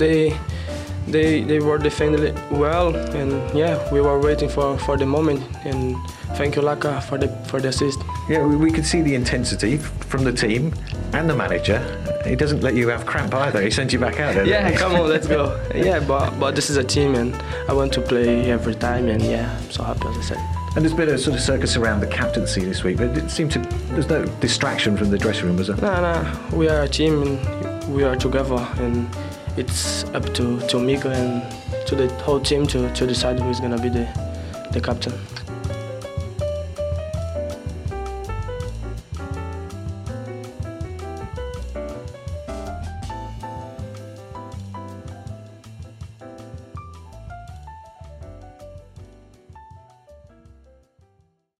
they were defending it well, and we were waiting for the moment. And thank you, Laka, for the assist. Yeah, we could see the intensity from the team and the manager. He doesn't let you have cramp either. He sends you back out there. Yeah, come on, let's go. Yeah, but this is a team, and I want to play every time, and I'm so happy, as I said. And there's been a sort of circus around the captaincy this week, but there's no distraction from the dressing room, was there? No, we are a team and we are together, and it's up to Mika and to the whole team to decide who's going to be the captain.